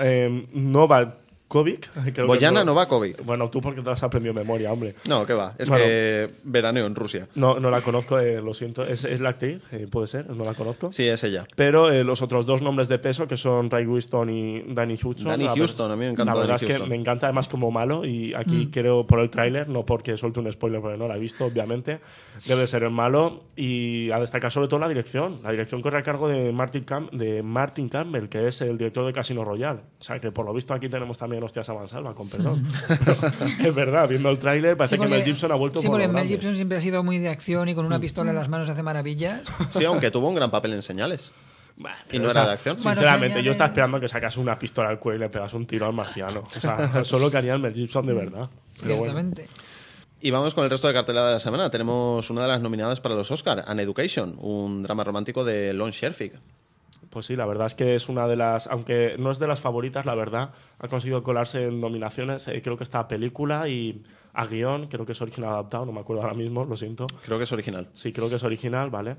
Novakovic. Bojana Novakovic. Bueno, tú porque te has aprendido de memoria, hombre. No, qué va. Es que veraneo en Rusia. No la conozco, lo siento. ¿Es la actriz? ¿Puede ser? No la conozco. Sí, es ella. Pero los otros dos nombres de peso, que son Ray Winston y Danny Huston. Danny Huston, a mí me encanta. La verdad es que me encanta además como malo, y aquí creo por el tráiler, no porque suelte un spoiler, porque no la he visto, obviamente. Debe ser el malo. Y a destacar sobre todo la dirección. La dirección corre a cargo de Martin Campbell, que es el director de Casino Royale. O sea, que por lo visto aquí tenemos también hostias a mansalva, con perdón. Es verdad, viendo el tráiler parece que Mel Gibson ha vuelto. Sí, porque Mel Gibson siempre ha sido muy de acción y con una pistola en las manos hace maravillas. Sí, aunque tuvo un gran papel en Señales. Y no era de acción. Sinceramente, yo estaba esperando que sacase una pistola al cuello y le pegase un tiro al marciano. O sea, solo que haría el Mel Gibson de verdad. Ciertamente. Bueno. Y vamos con el resto de cartelera de la semana. Tenemos una de las nominadas para los Oscar, An Education, un drama romántico de Lon Scherfig. Pues sí, la verdad es que es una de las, aunque no es de las favoritas, la verdad, ha conseguido colarse en nominaciones. Creo que está a película y a guión, creo que es original adaptado, no me acuerdo ahora mismo, lo siento. Creo que es original. Sí, creo que es original, vale.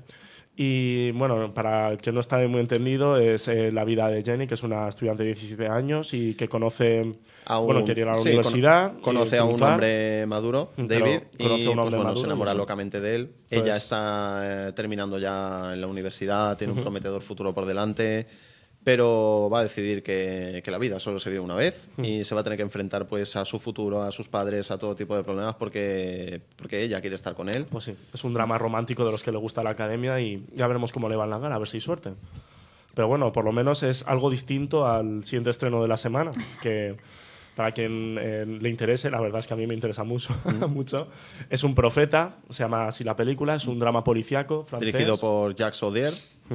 Y bueno, para quien no está muy entendido, es la vida de Jenny, que es una estudiante de 17 años y que conoce, quiere ir a la universidad. Conoce a un hombre maduro, David, conoce a un hombre maduro, se enamora locamente de él. Pues, ella está terminando ya en la universidad, tiene un prometedor futuro por delante, pero va a decidir que la vida solo se vive una vez y se va a tener que enfrentar pues a su futuro, a sus padres, a todo tipo de problemas porque ella quiere estar con él. Pues sí, es un drama romántico de los que le gusta la academia y ya veremos cómo le va en la gana, a ver si hay suerte. Pero bueno, por lo menos es algo distinto al siguiente estreno de la semana, que para quien le interese, la verdad es que a mí me interesa mucho. mucho. Es Un profeta, se llama así la película, es un drama policíaco francés. Dirigido por Jacques Audier.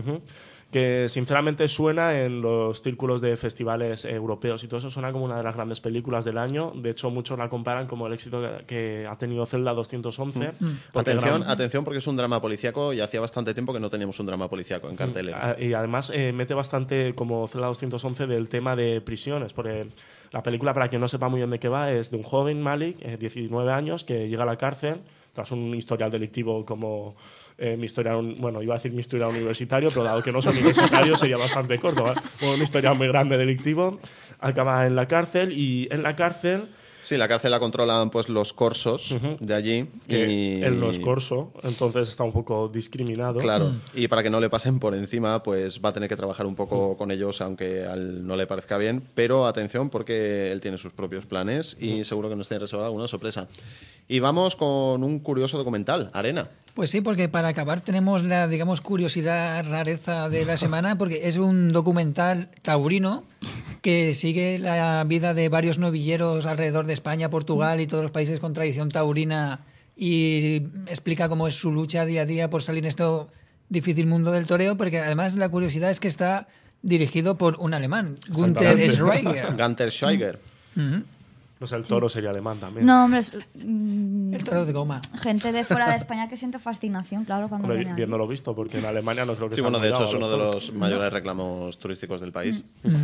Que sinceramente suena en los círculos de festivales europeos y todo eso, suena como una de las grandes películas del año. De hecho, muchos la comparan como el éxito que ha tenido Celda 211. Atención, porque es un drama policíaco y hacía bastante tiempo que no teníamos un drama policíaco en cartelera. Y además mete bastante, como Celda 211, del tema de prisiones, porque la película, para quien no sepa muy bien de qué va, es de un joven, Malik, 19 años, que llega a la cárcel tras un historial delictivo como... mi historial universitario, pero dado que no soy universitario sería bastante corto, ¿vale? Un historial muy grande delictivo, acaba en la cárcel y en la cárcel... Sí, la cárcel la controlan pues los corsos de allí. Y él no es corso, entonces está un poco discriminado. Claro, y para que no le pasen por encima, pues va a tener que trabajar un poco con ellos, aunque a él no le parezca bien. Pero atención, porque él tiene sus propios planes y seguro que nos tiene reservada alguna sorpresa. Y vamos con un curioso documental, Arena. Pues sí, porque para acabar tenemos la, digamos, curiosidad rareza de la semana, porque es un documental taurino que sigue la vida de varios novilleros alrededor de España, Portugal y todos los países con tradición taurina y explica cómo es su lucha día a día por salir en este difícil mundo del toreo, porque además la curiosidad es que está dirigido por un alemán, Günther Schweiger. Gunther Schweiger. No sé, el toro sería alemán también. No, hombre, el toro de goma. Gente de fuera de España que siente fascinación, claro, cuando viene aquí. Viéndolo visto, porque en Alemania no creo que sí, bueno, de hecho es uno de los mayores reclamos turísticos del país.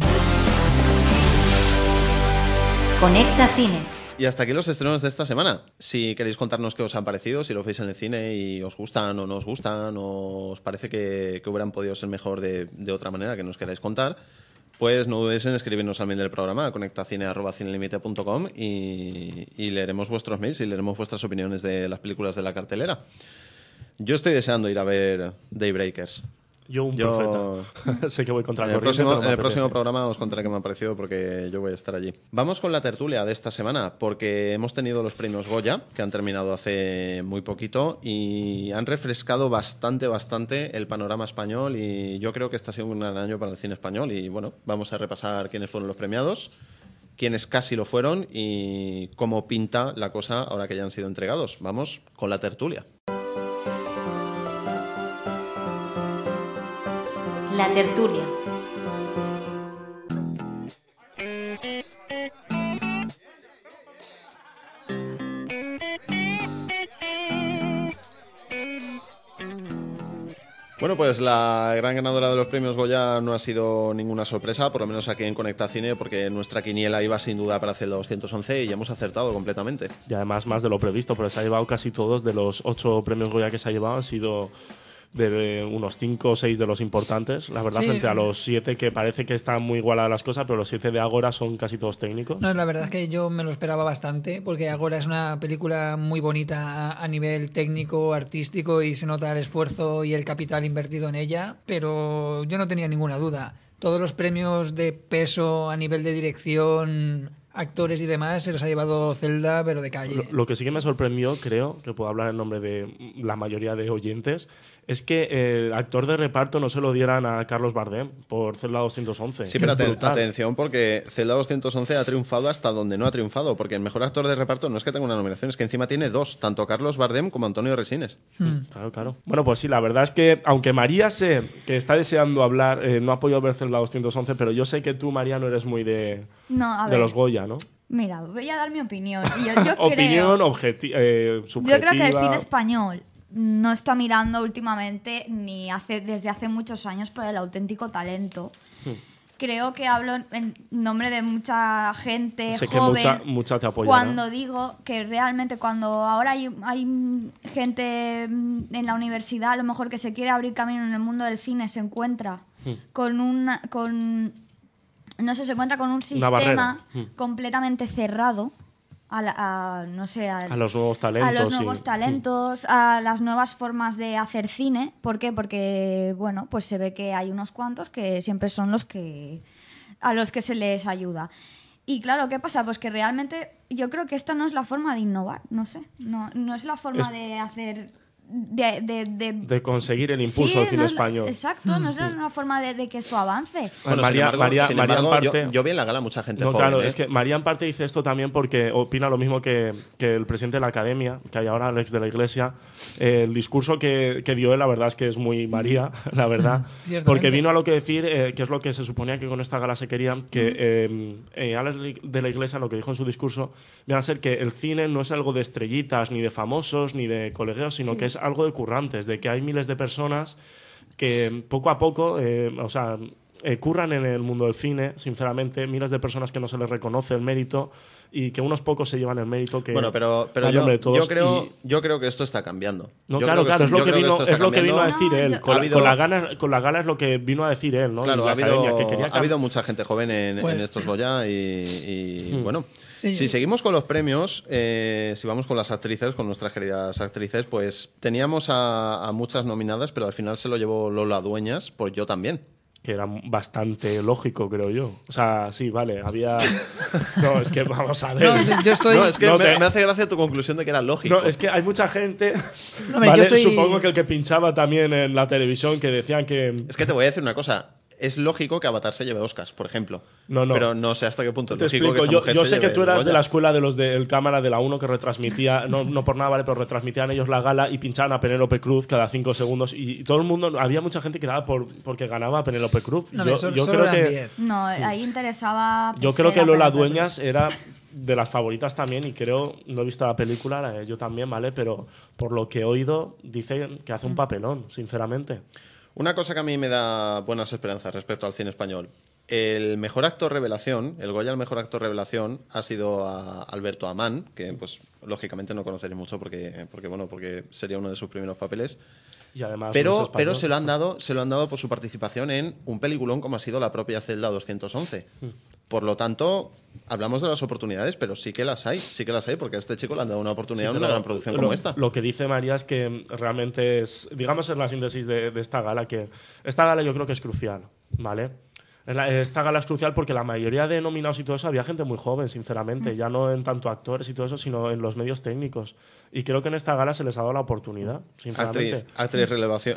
Conecta Cine. Y hasta aquí los estrenos de esta semana. Si queréis contarnos qué os han parecido, si los veis en el cine y os gustan o no os gustan, o os parece que hubieran podido ser mejor de otra manera, que nos queráis contar, pues no dudéis en escribirnos al mail del programa, conectacine@cinelimite.com, y leeremos vuestros mails y leeremos vuestras opiniones de las películas de la cartelera. Yo estoy deseando ir a ver Daybreakers. Yo profeta. Sé que voy contra el corriente. En el próximo programa os contaré qué me ha parecido, porque yo voy a estar allí. Vamos con la tertulia de esta semana, porque hemos tenido los premios Goya, que han terminado hace muy poquito, y han refrescado bastante el panorama español, y yo creo que este ha sido un gran año para el cine español. Y bueno, vamos a repasar quiénes fueron los premiados, quiénes casi lo fueron y cómo pinta la cosa ahora que ya han sido entregados. Vamos con la tertulia. La tertulia. Bueno, pues la gran ganadora de los premios Goya no ha sido ninguna sorpresa, por lo menos aquí en Conecta Cine, porque nuestra quiniela iba sin duda para Zelda 211 y ya hemos acertado completamente. Y además más de lo previsto, porque se ha llevado casi todos de los 8 premios Goya que se ha llevado, han sido de unos 5 o 6 de los importantes, la verdad, frente a los 7 que parece que están muy igualadas las cosas, pero los 7 de Agora son casi todos técnicos. No, la verdad es que yo me lo esperaba bastante, porque Agora es una película muy bonita a nivel técnico, artístico, y se nota el esfuerzo y el capital invertido en ella, pero yo no tenía ninguna duda. Todos los premios de peso a nivel de dirección, actores y demás se los ha llevado Zelda, pero de calle. Lo que sí que me sorprendió, creo, que puedo hablar en nombre de la mayoría de oyentes, es que el actor de reparto no se lo dieran a Carlos Bardem por Zelda 211. Sí, pero atención, porque Zelda 211 ha triunfado hasta donde no ha triunfado, porque el mejor actor de reparto no es que tenga una nominación, es que encima tiene 2, tanto Carlos Bardem como Antonio Resines. Claro. Bueno, pues sí, la verdad es que, aunque María sé que está deseando hablar, no ha podido ver Zelda 211, pero yo sé que tú, María, no eres muy de los Goya, ¿no? Mira, voy a dar mi opinión. Yo opinión subjetiva. Yo creo que el cine español no está mirando últimamente ni desde hace muchos años por el auténtico talento. Creo que hablo en nombre de mucha gente sé joven. Que mucha te apoyará. Cuando digo que realmente cuando ahora hay gente en la universidad a lo mejor que se quiere abrir camino en el mundo del cine, se encuentra se encuentra con un sistema completamente cerrado a los nuevos talentos, a las nuevas formas de hacer cine. ¿Por qué? Porque pues se ve que hay unos cuantos que siempre son a los que se les ayuda. Y claro, ¿qué pasa? Pues que realmente yo creo que esta no es la forma de innovar, no sé, no es la forma de hacer de conseguir el impulso del cine español. Exacto, no es una forma de que esto avance. Bueno, sin embargo, yo vi en la gala mucha gente joven. Claro, es que María en parte dice esto también porque opina lo mismo que el presidente de la Academia, que hay ahora, Alex de la Iglesia. El discurso que dio él, la verdad es que es muy María, la verdad. Porque vino a lo que decir, que es lo que se suponía que con esta gala se quería, que Alex de la Iglesia, lo que dijo en su discurso, viene a ser que el cine no es algo de estrellitas, ni de famosos, ni de colegueos, sino que es algo de currantes, de que hay miles de personas que poco a poco curran en el mundo del cine, sinceramente, miles de personas que no se les reconoce el mérito y que unos pocos se llevan el mérito. Que pero yo creo que esto está cambiando. No, claro, es lo que vino a decir él. Con la gala es lo que vino a decir él, ¿no? Claro, ha habido mucha gente joven en estos Goya y bueno. Sí. Si seguimos con los premios, si vamos con las actrices, con nuestras queridas actrices, pues teníamos a muchas nominadas, pero al final se lo llevó Lola Dueñas por Yo también. Que era bastante lógico, creo yo. O sea, sí, vale, había... No, es que vamos a ver. Me hace gracia tu conclusión de que era lógico. No, es que hay mucha gente... ¿vale? Supongo que el que pinchaba también en la televisión, que decían que... Es que te voy a decir una cosa. Es lógico que Avatar se lleve Oscars, por ejemplo. No. Pero no sé hasta qué punto es te lógico explico. que esta mujer yo sé que tú eras Goya. de la escuela de los del cámara de la 1 que retransmitía, no por nada, vale, pero retransmitían ellos la gala y pinchaban a Penélope Cruz cada 5 segundos y todo el mundo, había mucha gente que daba porque ganaba a Penélope Cruz. No, yo creo que 10. No, ahí interesaba... Yo creo que Lola Dueñas era de las favoritas también y creo, no he visto la película, yo también, ¿vale? Pero por lo que he oído, dicen que hace un papelón, sinceramente. Una cosa que a mí me da buenas esperanzas respecto al cine español. El mejor actor revelación, el Goya al mejor actor revelación, ha sido a Alberto Amán, que pues lógicamente no conoceréis mucho porque sería uno de sus primeros papeles. Y además pero se lo han dado por su participación en un peliculón como ha sido la propia Zelda 211. Por lo tanto, hablamos de las oportunidades, pero sí que las hay, porque a este chico le han dado una oportunidad en una gran producción como esta. Lo que dice María es que realmente es la síntesis de esta gala, que esta gala yo creo que es crucial, ¿vale? Esta gala es crucial porque la mayoría de nominados y todo eso había gente muy joven, sinceramente, ya no en tanto actores y todo eso, sino en los medios técnicos. Y creo que en esta gala se les ha dado la oportunidad, sinceramente. Actriz revelación,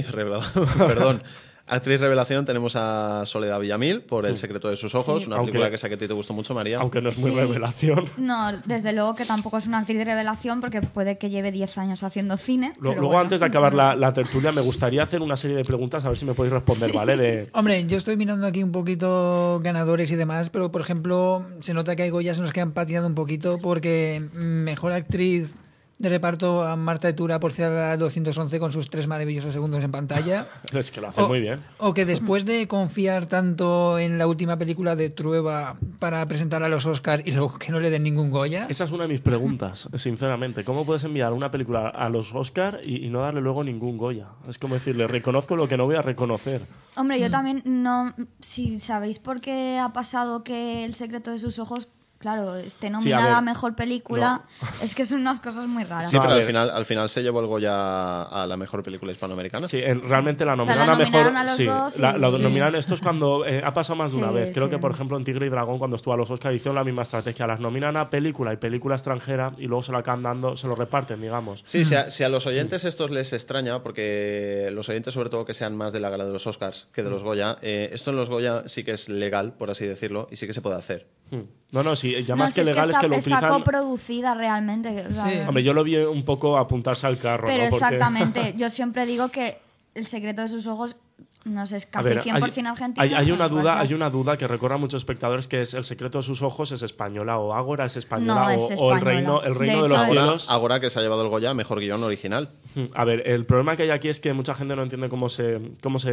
perdón. Actriz revelación tenemos a Soledad Villamil por El secreto de sus ojos, una película que sé que a ti te gustó mucho, María. Aunque no es muy revelación. No, desde luego que tampoco es una actriz de revelación porque puede que lleve 10 años haciendo cine. Luego, antes de acabar la tertulia, me gustaría hacer una serie de preguntas, a ver si me podéis responder, ¿vale? Hombre, yo estoy mirando aquí un poquito ganadores y demás, pero por ejemplo, se nota que hay Goyas en los que han patinado un poquito porque mejor actriz de reparto a Marta Etura por Ciudad 211 con sus 3 maravillosos segundos en pantalla. Es que lo hace muy bien. O que después de confiar tanto en la última película de Trueba para presentar a los Oscars y luego que no le den ningún Goya. Esa es una de mis preguntas, sinceramente. ¿Cómo puedes enviar una película a los Oscars y no darle luego ningún Goya? Es como decirle, reconozco lo que no voy a reconocer. Hombre, yo también no... Si sabéis por qué ha pasado que El secreto de sus ojos... Claro, esté nominada a Mejor Película, es que son unas cosas muy raras. Sí, pero al final se llevó el Goya a la Mejor Película Hispanoamericana. Sí, realmente la nominaron a Mejor... a los dos la nominaron. Esto es cuando ha pasado más de una vez. Creo que, por ejemplo, en Tigre y Dragón, cuando estuvo a los Oscars, hicieron la misma estrategia. Las nominan a película y película extranjera y luego se lo acaban dando, se lo reparten, digamos. Sí, si a los oyentes estos les extraña, porque los oyentes, sobre todo que sean más de la gala de los Oscars que de los Goya, esto en los Goya sí que es legal, por así decirlo, y sí que se puede hacer. No, sí, ya más que legal es que lo utilizan... Está coproducida realmente. O sea, sí. Hombre, yo lo vi un poco apuntarse al carro, pero ¿no? Exactamente. Yo siempre digo que El secreto de sus ojos, no sé, es casi 100% argentino. Hay una duda que recorre a muchos espectadores, que es El secreto de sus ojos es española o Ágora es española, no, es o El reino de los cielos. Ágora, que se ha llevado el Goya a Mejor Guión Original. A ver, el problema que hay aquí es que mucha gente no entiende cómo se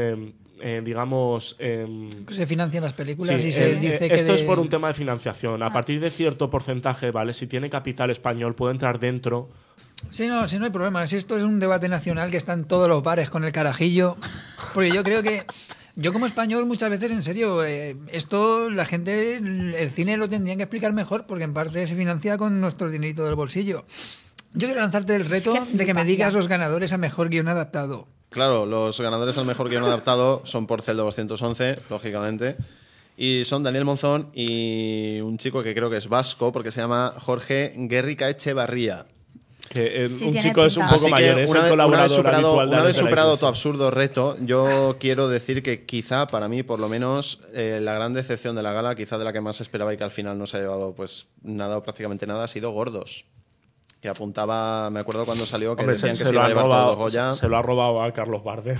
digamos... se financian las películas sí, y se dice que... Esto es por un tema de financiación. A partir de cierto porcentaje, ¿vale? Si tiene capital español, puede entrar dentro... Sí, no hay problema. Si esto es un debate nacional que está en todos los bares con el carajillo. Porque yo creo que... Yo como español muchas veces, en serio, esto la gente, el cine lo tendrían que explicar mejor porque en parte se financia con nuestro dinerito del bolsillo. Yo quiero lanzarte el reto de que me digas los ganadores a Mejor Guión Adaptado. Claro, los ganadores al Mejor Guión Adaptado son por Celda 211, lógicamente. Y son Daniel Monzón y un chico que creo que es vasco porque se llama Jorge Guerrica Echevarría. Que un chico es un poco mayor, es el colaborador habitual de una vez superado tu absurdo reto, yo quiero decir que quizá, para mí, por lo menos, la gran decepción de la gala, quizá de la que más esperaba y que al final no se ha llevado pues nada o prácticamente nada, ha sido Gordos. Que apuntaba, me acuerdo cuando salió, que decían que se iba a llevar todos los Goya. Se lo ha robado a Carlos Bardem.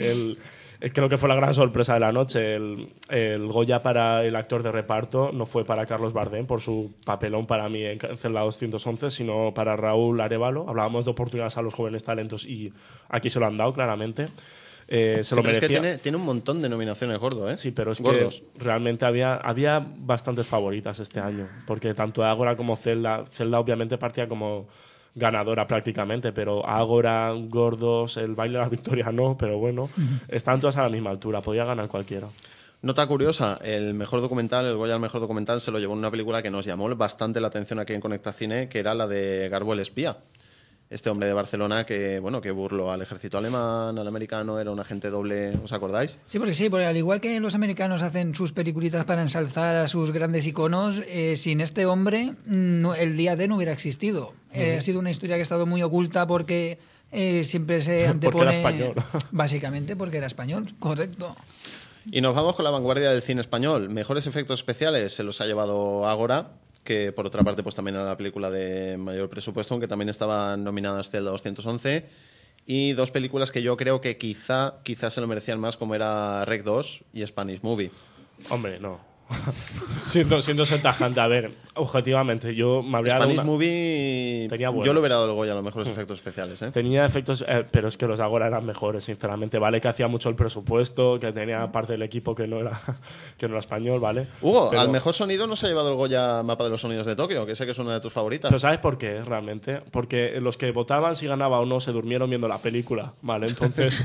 Creo que fue la gran sorpresa de la noche. El Goya para el actor de reparto no fue para Carlos Bardem por su papelón para mí en Celda 211, sino para Raúl Arévalo. Hablábamos de oportunidades a los jóvenes talentos y aquí se lo han dado claramente. Se lo merecía. Es que tiene un montón de nominaciones Gordo, ¿eh? Sí, pero es Gordos. que realmente había bastantes favoritas este año, porque tanto Ágora como Celda obviamente partía como ganadora prácticamente, pero Ágora, Gordos, El baile de la victoria no, pero bueno, están todas a la misma altura, podía ganar cualquiera. Nota curiosa, el Goya al mejor documental se lo llevó en una película que nos llamó bastante la atención aquí en Conecta Cine, que era la de Garbo el espía. Este hombre de Barcelona que burló al ejército alemán, al americano, era un agente doble, ¿os acordáis? Sí, porque al igual que los americanos hacen sus peliculitas para ensalzar a sus grandes iconos, sin este hombre el día D no hubiera existido. Ha sido una historia que ha estado muy oculta porque siempre se antepone... Porque era español. Básicamente porque era español, correcto. Y nos vamos con la vanguardia del cine español. Mejores efectos especiales se los ha llevado Ágora, que por otra parte pues también era la película de mayor presupuesto, aunque también estaban nominadas Celda 211, y dos películas que yo creo que quizá se lo merecían más, como era Rec 2 y Spanish Movie. Hombre, no. siendo ser tajante, a ver, objetivamente, yo me habría Spanish Movie, yo lo hubiera dado el Goya a los mejores efectos especiales, ¿eh? Tenía efectos, pero es que los de Ágora eran mejores, sinceramente. Vale que hacía mucho el presupuesto, que tenía parte del equipo que no era español, ¿vale? Hugo, al mejor sonido no se ha llevado el Goya Mapa de los Sonidos de Tokio, que sé que es una de tus favoritas. Pero ¿sabes por qué, realmente? Porque los que votaban si ganaba o no se durmieron viendo la película, ¿vale? Entonces,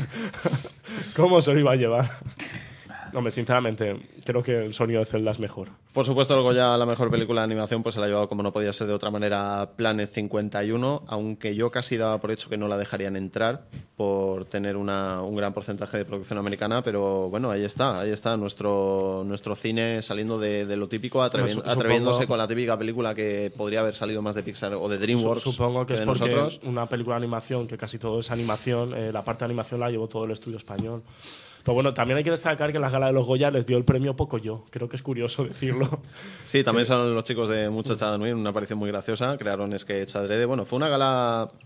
¿cómo se lo iba a llevar? Hombre, sinceramente, creo que el sonido de Zelda es mejor. Por supuesto, el Goya a la mejor película de animación pues se la ha llevado, como no podía ser de otra manera, Planet 51, aunque yo casi daba por hecho que no la dejarían entrar por tener un gran porcentaje de producción americana, pero bueno, ahí está nuestro cine saliendo de lo típico, atreviéndose con la típica película que podría haber salido más de Pixar o de DreamWorks. Supongo que es porque nosotros. Una película de animación, que casi todo es animación, la parte de animación la llevó todo el estudio español. Pero bueno, también hay que destacar que en la gala de los Goya les dio el premio Pocoyo. Creo que es curioso decirlo. Sí, también son los chicos de Muchacha de Nui, una aparición muy graciosa, crearon sketch adrede. Bueno, fue una gala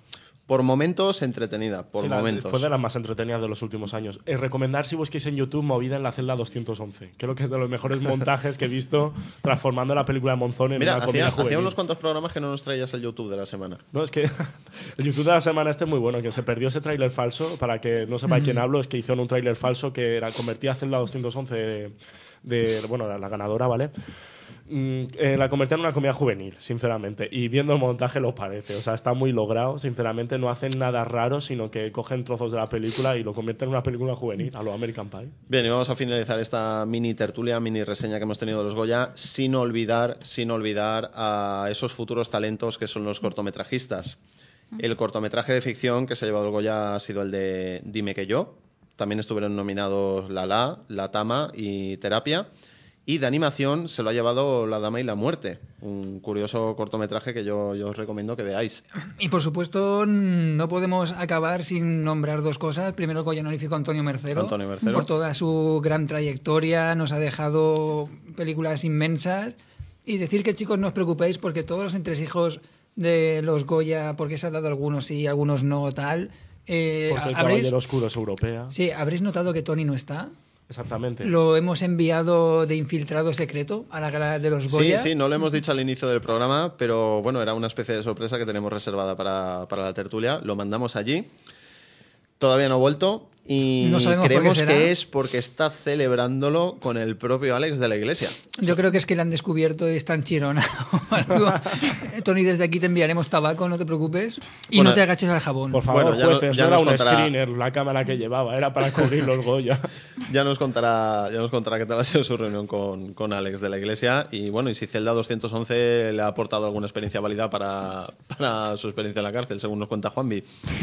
Por momentos entretenida, por Sí, momentos. Fue de las más entretenidas de los últimos años. Recomendar si busquéis en YouTube Movida en la celda 211. Creo que es de los mejores montajes que he visto transformando la película de Monzón en Mira, una comedia hacía juvenil. unos cuantos programas que no nos traías el YouTube de la semana. No, es que el YouTube de la semana es muy bueno, que se perdió ese tráiler falso. Para que no sepa de quién hablo, es que hicieron un tráiler falso que convertía a Celda 211 bueno, la ganadora, ¿vale? La convertía en una comedia juvenil, sinceramente. Y viendo el montaje lo parece. O sea, está muy logrado, sinceramente. No hacen nada raro, sino que cogen trozos de la película y lo convierten en una película juvenil, a lo American Pie. Bien, y vamos a finalizar esta mini tertulia, mini reseña que hemos tenido de los Goya, sin olvidar a esos futuros talentos que son los cortometrajistas. El cortometraje de ficción que se ha llevado el Goya ha sido el de Dime que yo. También estuvieron nominados La Tama y Terapia. Y de animación se lo ha llevado La Dama y la Muerte, un curioso cortometraje que yo os recomiendo que veáis. Y por supuesto no podemos acabar sin nombrar dos cosas. Primero el Goya honorífico Antonio Mercero. Por toda su gran trayectoria, nos ha dejado películas inmensas. Y decir que, chicos, no os preocupéis porque todos los entresijos de los Goya, porque se ha dado algunos sí, algunos no, tal... porque el Caballero Oscuro es europea. Sí, ¿habréis notado que Tony no está? Exactamente. Lo hemos enviado de infiltrado secreto a la gala de los Goya. Sí, no lo hemos dicho al inicio del programa, pero bueno, era una especie de sorpresa que tenemos reservada para la tertulia. Lo mandamos allí. Todavía no ha vuelto y no creemos que es porque está celebrándolo con el propio Alex de la Iglesia. Yo creo que es que le han descubierto y están chirona o algo. Tony, desde aquí te enviaremos tabaco, no te preocupes. Y bueno, no te agaches al jabón. Por favor, jueces, no era un screener la cámara que llevaba, era para cubrir los Goya. Ya nos contará qué tal ha sido su reunión con Alex de la Iglesia. Y bueno, y si Celda 211 le ha aportado alguna experiencia válida para su experiencia en la cárcel, según nos cuenta Juanvi.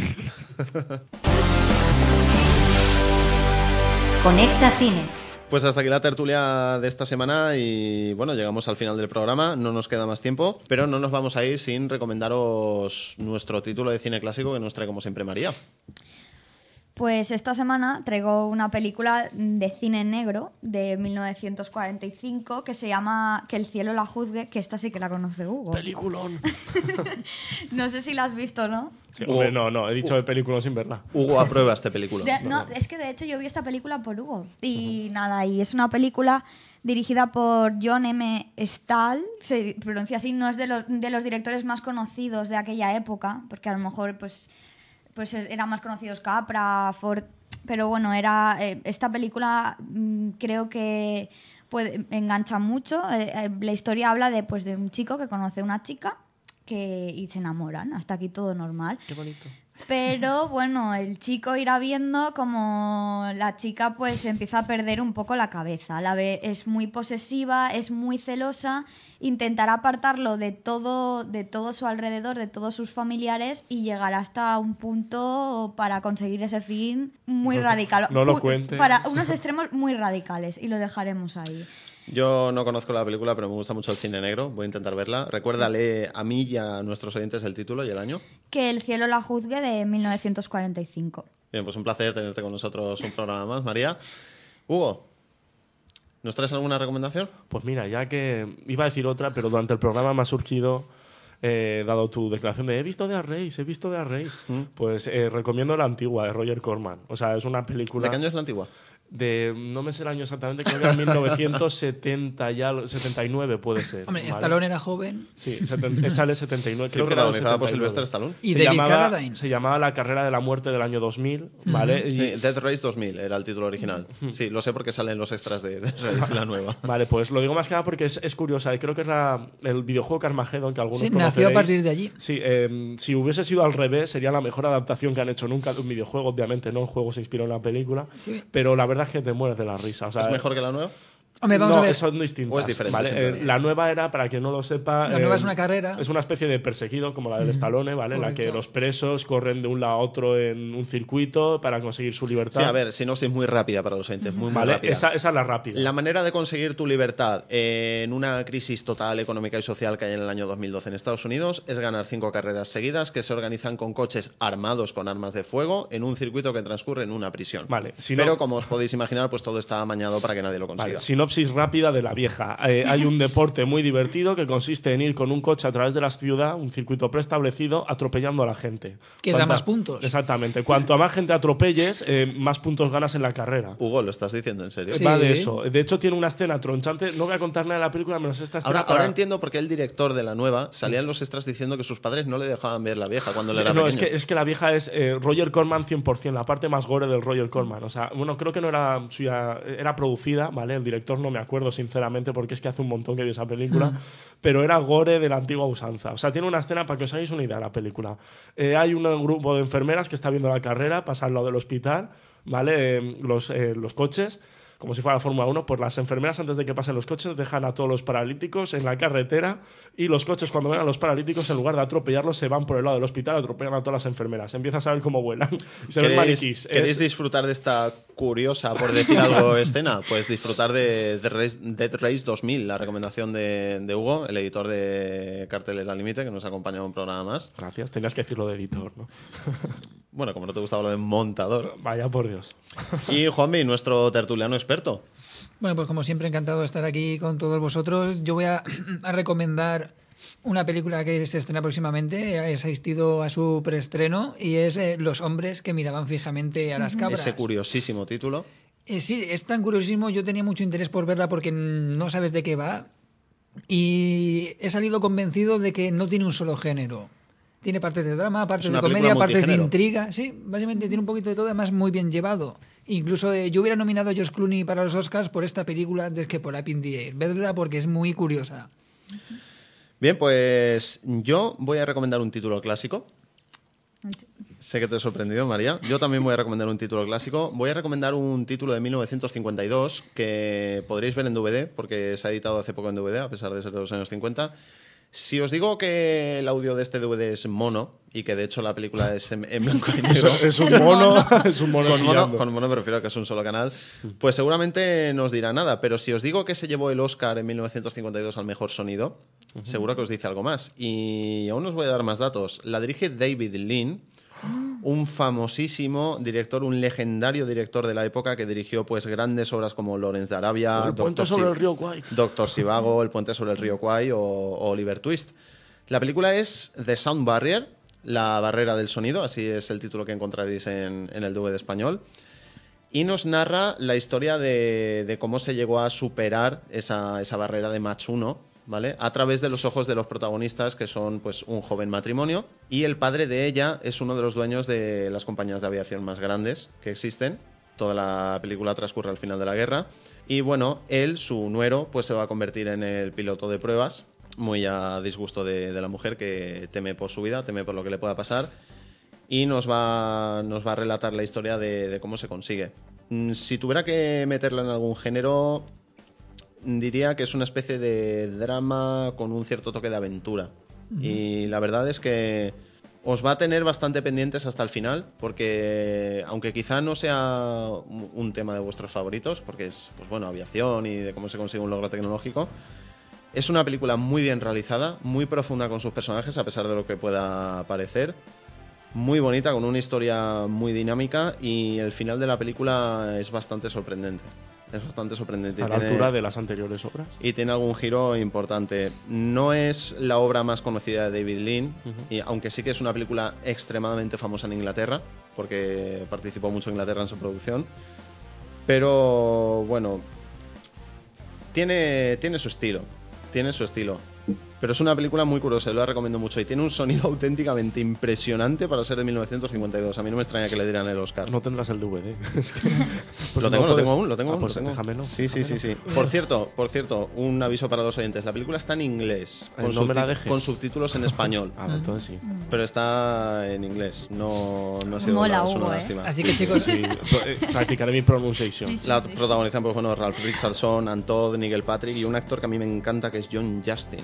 Conecta Cine. Pues hasta aquí la tertulia de esta semana y bueno, llegamos al final del programa, no nos queda más tiempo, pero no nos vamos a ir sin recomendaros nuestro título de cine clásico que nos trae como siempre María. Pues esta semana traigo una película de cine negro de 1945 que se llama Que el cielo la juzgue, que esta sí que la conoce Hugo. ¡Peliculón! No sé si la has visto, ¿no? Sí, hombre, no, he dicho de película sin verla. Hugo aprueba esta película. No, es que de hecho yo vi esta película por Hugo. Y nada, y es una película dirigida por John M. Stahl, se pronuncia así, no es de los directores más conocidos de aquella época, porque a lo mejor pues eran más conocidos Capra, Ford, pero bueno, esta película creo que engancha mucho. La historia habla de un chico que conoce a una chica y se enamoran. Hasta aquí todo normal. Qué bonito. Pero bueno, el chico irá viendo como la chica pues empieza a perder un poco la cabeza. Es muy posesiva, es muy celosa, intentará apartarlo de todo su alrededor, de todos sus familiares y llegará hasta un punto para conseguir ese fin muy radical. No lo cuentes. Para unos extremos muy radicales y lo dejaremos ahí. Yo no conozco la película, pero me gusta mucho el cine negro. Voy a intentar verla. Recuérdale a mí y a nuestros oyentes el título y el año. Que el cielo la juzgue, de 1945. Bien, pues un placer tenerte con nosotros un programa más, María. Hugo, ¿nos traes alguna recomendación? Pues mira, ya que iba a decir otra, pero durante el programa me ha surgido, dado tu declaración de he visto de Race, pues recomiendo la antigua, de Roger Corman. O sea, es una película... ¿De qué año es la antigua? No me sé el año exactamente, creo que era 1979 puede ser. Hombre, ¿vale? Stallone era joven. Sí, échale 79. Sí, protagonizada por Sylvester Stallone. Y David Carradine. Se llamaba La carrera de la muerte del año 2000, ¿vale? Sí, Death Race 2000 era el título original. Sí, lo sé porque salen los extras de Death Race, la nueva. Vale, pues lo digo más que nada porque es curiosa. Y creo que es el videojuego Carmageddon que algunos conoceréis. Nació a partir de allí. Sí, si hubiese sido al revés, sería la mejor adaptación que han hecho nunca de un videojuego. Obviamente no, el juego se inspiró en la película. Sí. Pero la verdad es que te mueres de la risa. O sea, ¿es mejor que la nueva? Hombre, vamos a ver. Son distintas. ¿O es diferente? ¿Vale? La nueva era, para quien no lo sepa... La nueva es una carrera. Es una especie de perseguido, como la del Stallone, ¿vale? En la que los presos corren de un lado a otro en un circuito para conseguir su libertad. Sí, a ver, sinopsis muy rápida para los oyentes. Muy rápida. Esa es la rápida. La manera de conseguir tu libertad en una crisis total económica y social que hay en el año 2012 en Estados Unidos es ganar 5 carreras seguidas que se organizan con coches armados con armas de fuego en un circuito que transcurre en una prisión. Vale. Pero como os podéis imaginar, pues todo está amañado para que nadie lo consiga. Vale. sinopsis rápida de La Vieja. Hay un deporte muy divertido que consiste en ir con un coche a través de la ciudad, un circuito preestablecido, atropellando a la gente. Que da más puntos. Exactamente. Cuanto a más gente atropelles, más puntos ganas en la carrera. Hugo, ¿lo estás diciendo en serio? Va de eso. De hecho, tiene una escena tronchante. No voy a contar nada de la película, menos esta escena. Ahora entiendo por qué el director de la nueva salía en los extras diciendo que sus padres no le dejaban ver La Vieja cuando él era pequeño. Es que La Vieja es Roger Corman 100%, la parte más gore del Roger Corman. O sea, bueno, creo que no era suya, era producida, ¿vale? El director no me acuerdo, sinceramente, porque es que hace un montón que vi esa película, pero era gore de la antigua usanza. O sea, tiene una escena, para que os hagáis una idea de la película. Hay un grupo de enfermeras que está viendo la carrera, pasa al lado del hospital, ¿vale? Los coches, como si fuera la Fórmula 1, pues las enfermeras, antes de que pasen los coches, dejan a todos los paralíticos en la carretera, y los coches, cuando ven a los paralíticos, en lugar de atropellarlos, se van por el lado del hospital, atropellan a todas las enfermeras. Empiezas a ver cómo vuelan. Y se ven maniquís. ¿Queréis disfrutar de esta curiosa, por decir algo, escena? Pues disfrutar de Dead Race 2000, la recomendación de Hugo, el editor de Carteles al Límite, que nos ha acompañado en un programa más. Gracias. Tenías que decirlo de editor, ¿no? Bueno, como no te gustaba lo de montador. Vaya por Dios. Y Juanmi, nuestro tertuliano experto. Bueno, pues como siempre, encantado de estar aquí con todos vosotros. Yo voy a recomendar una película que se estrena próximamente. He asistido a su preestreno y es Los hombres que miraban fijamente a las cabras. Ese curiosísimo título. Sí, es tan curiosísimo. Yo tenía mucho interés por verla porque no sabes de qué va. Y he salido convencido de que no tiene un solo género. Tiene partes de drama, partes de comedia, partes de intriga. Sí, básicamente tiene un poquito de todo, además muy bien llevado. Incluso yo hubiera nominado a George Clooney para los Oscars por esta película antes que por Up in the Air. Vedla porque es muy curiosa. Bien, pues yo voy a recomendar un título clásico. Sé que te he sorprendido, María. Yo también voy a recomendar un título clásico. Voy a recomendar un título de 1952 que podréis ver en DVD, porque se ha editado hace poco en DVD, a pesar de ser de los años 50. Si os digo que el audio de este DVD es mono, y que de hecho la película es en blanco y negro... Es un mono. Es un mono con mono me refiero a que es un solo canal. Pues seguramente no os dirá nada, pero si os digo que se llevó el Oscar en 1952 al mejor sonido, seguro que os dice algo más. Y aún os voy a dar más datos. La dirige David Lean, un famosísimo director, un legendario director de la época que dirigió pues grandes obras como Lawrence de Arabia, El puente sobre el río Kwai, Doctor Zhivago, El puente sobre el río Kwai o Oliver Twist. La película es The Sound Barrier, la barrera del sonido, así es el título que encontraréis en el DVD español, y nos narra la historia de cómo se llegó a superar esa barrera de Mach 1, ¿vale? A través de los ojos de los protagonistas, que son pues un joven matrimonio, y el padre de ella es uno de los dueños de las compañías de aviación más grandes que existen. Toda la película transcurre al final de la guerra, y bueno, él, su nuero, pues se va a convertir en el piloto de pruebas, muy a disgusto de la mujer, que teme por su vida, teme por lo que le pueda pasar, y nos va a relatar la historia de cómo se consigue. Si tuviera que meterla en algún género, diría que es una especie de drama con un cierto toque de aventura. Y la verdad es que os va a tener bastante pendientes hasta el final, porque aunque quizá no sea un tema de vuestros favoritos, porque es pues bueno, aviación y de cómo se consigue un logro tecnológico, es una película muy bien realizada, muy profunda con sus personajes, a pesar de lo que pueda parecer, muy bonita, con una historia muy dinámica, y el final de la película es bastante sorprendente. Es bastante sorprendente. A la altura de las anteriores obras. Y tiene algún giro importante. No es la obra más conocida de David Lean, y aunque sí que es una película extremadamente famosa en Inglaterra, porque participó mucho Inglaterra en su producción. Pero bueno, tiene su estilo. Tiene su estilo. Pero es una película muy curiosa, lo recomiendo mucho. Y tiene un sonido auténticamente impresionante para ser de 1952. A mí no me extraña que le dieran el Oscar. No tendrás el DVD. Es que, pues lo tengo aún. Pues déjamelo. Sí. Por cierto, un aviso para los oyentes. La película está en inglés, con subtítulos en español. Entonces sí. Pero está en inglés. No ha sido Mola, una Hugo, lástima. Así que chicos, practicaré mi pronunciation. La protagonizan pues, bueno, Ralph Richardson, Ann Todd, Nigel Patrick y un actor que a mí me encanta, que es John Justin.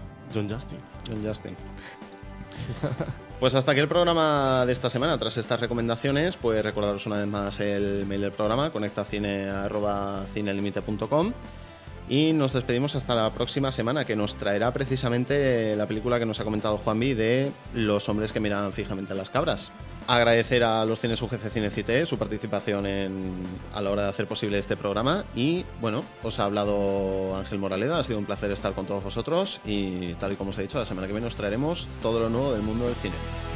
Pues hasta aquí el programa de esta semana. Tras estas recomendaciones, pues recordaros una vez más el mail del programa, conectacine@cinelimite.com. Y nos despedimos hasta la próxima semana, que nos traerá precisamente la película que nos ha comentado Juanvi de Los hombres que miraban fijamente a las cabras. Agradecer a los Cines UGC Cinecité su participación a la hora de hacer posible este programa. Y bueno, os ha hablado Ángel Moraleda, ha sido un placer estar con todos vosotros y tal y como os he dicho, la semana que viene os traeremos todo lo nuevo del mundo del cine.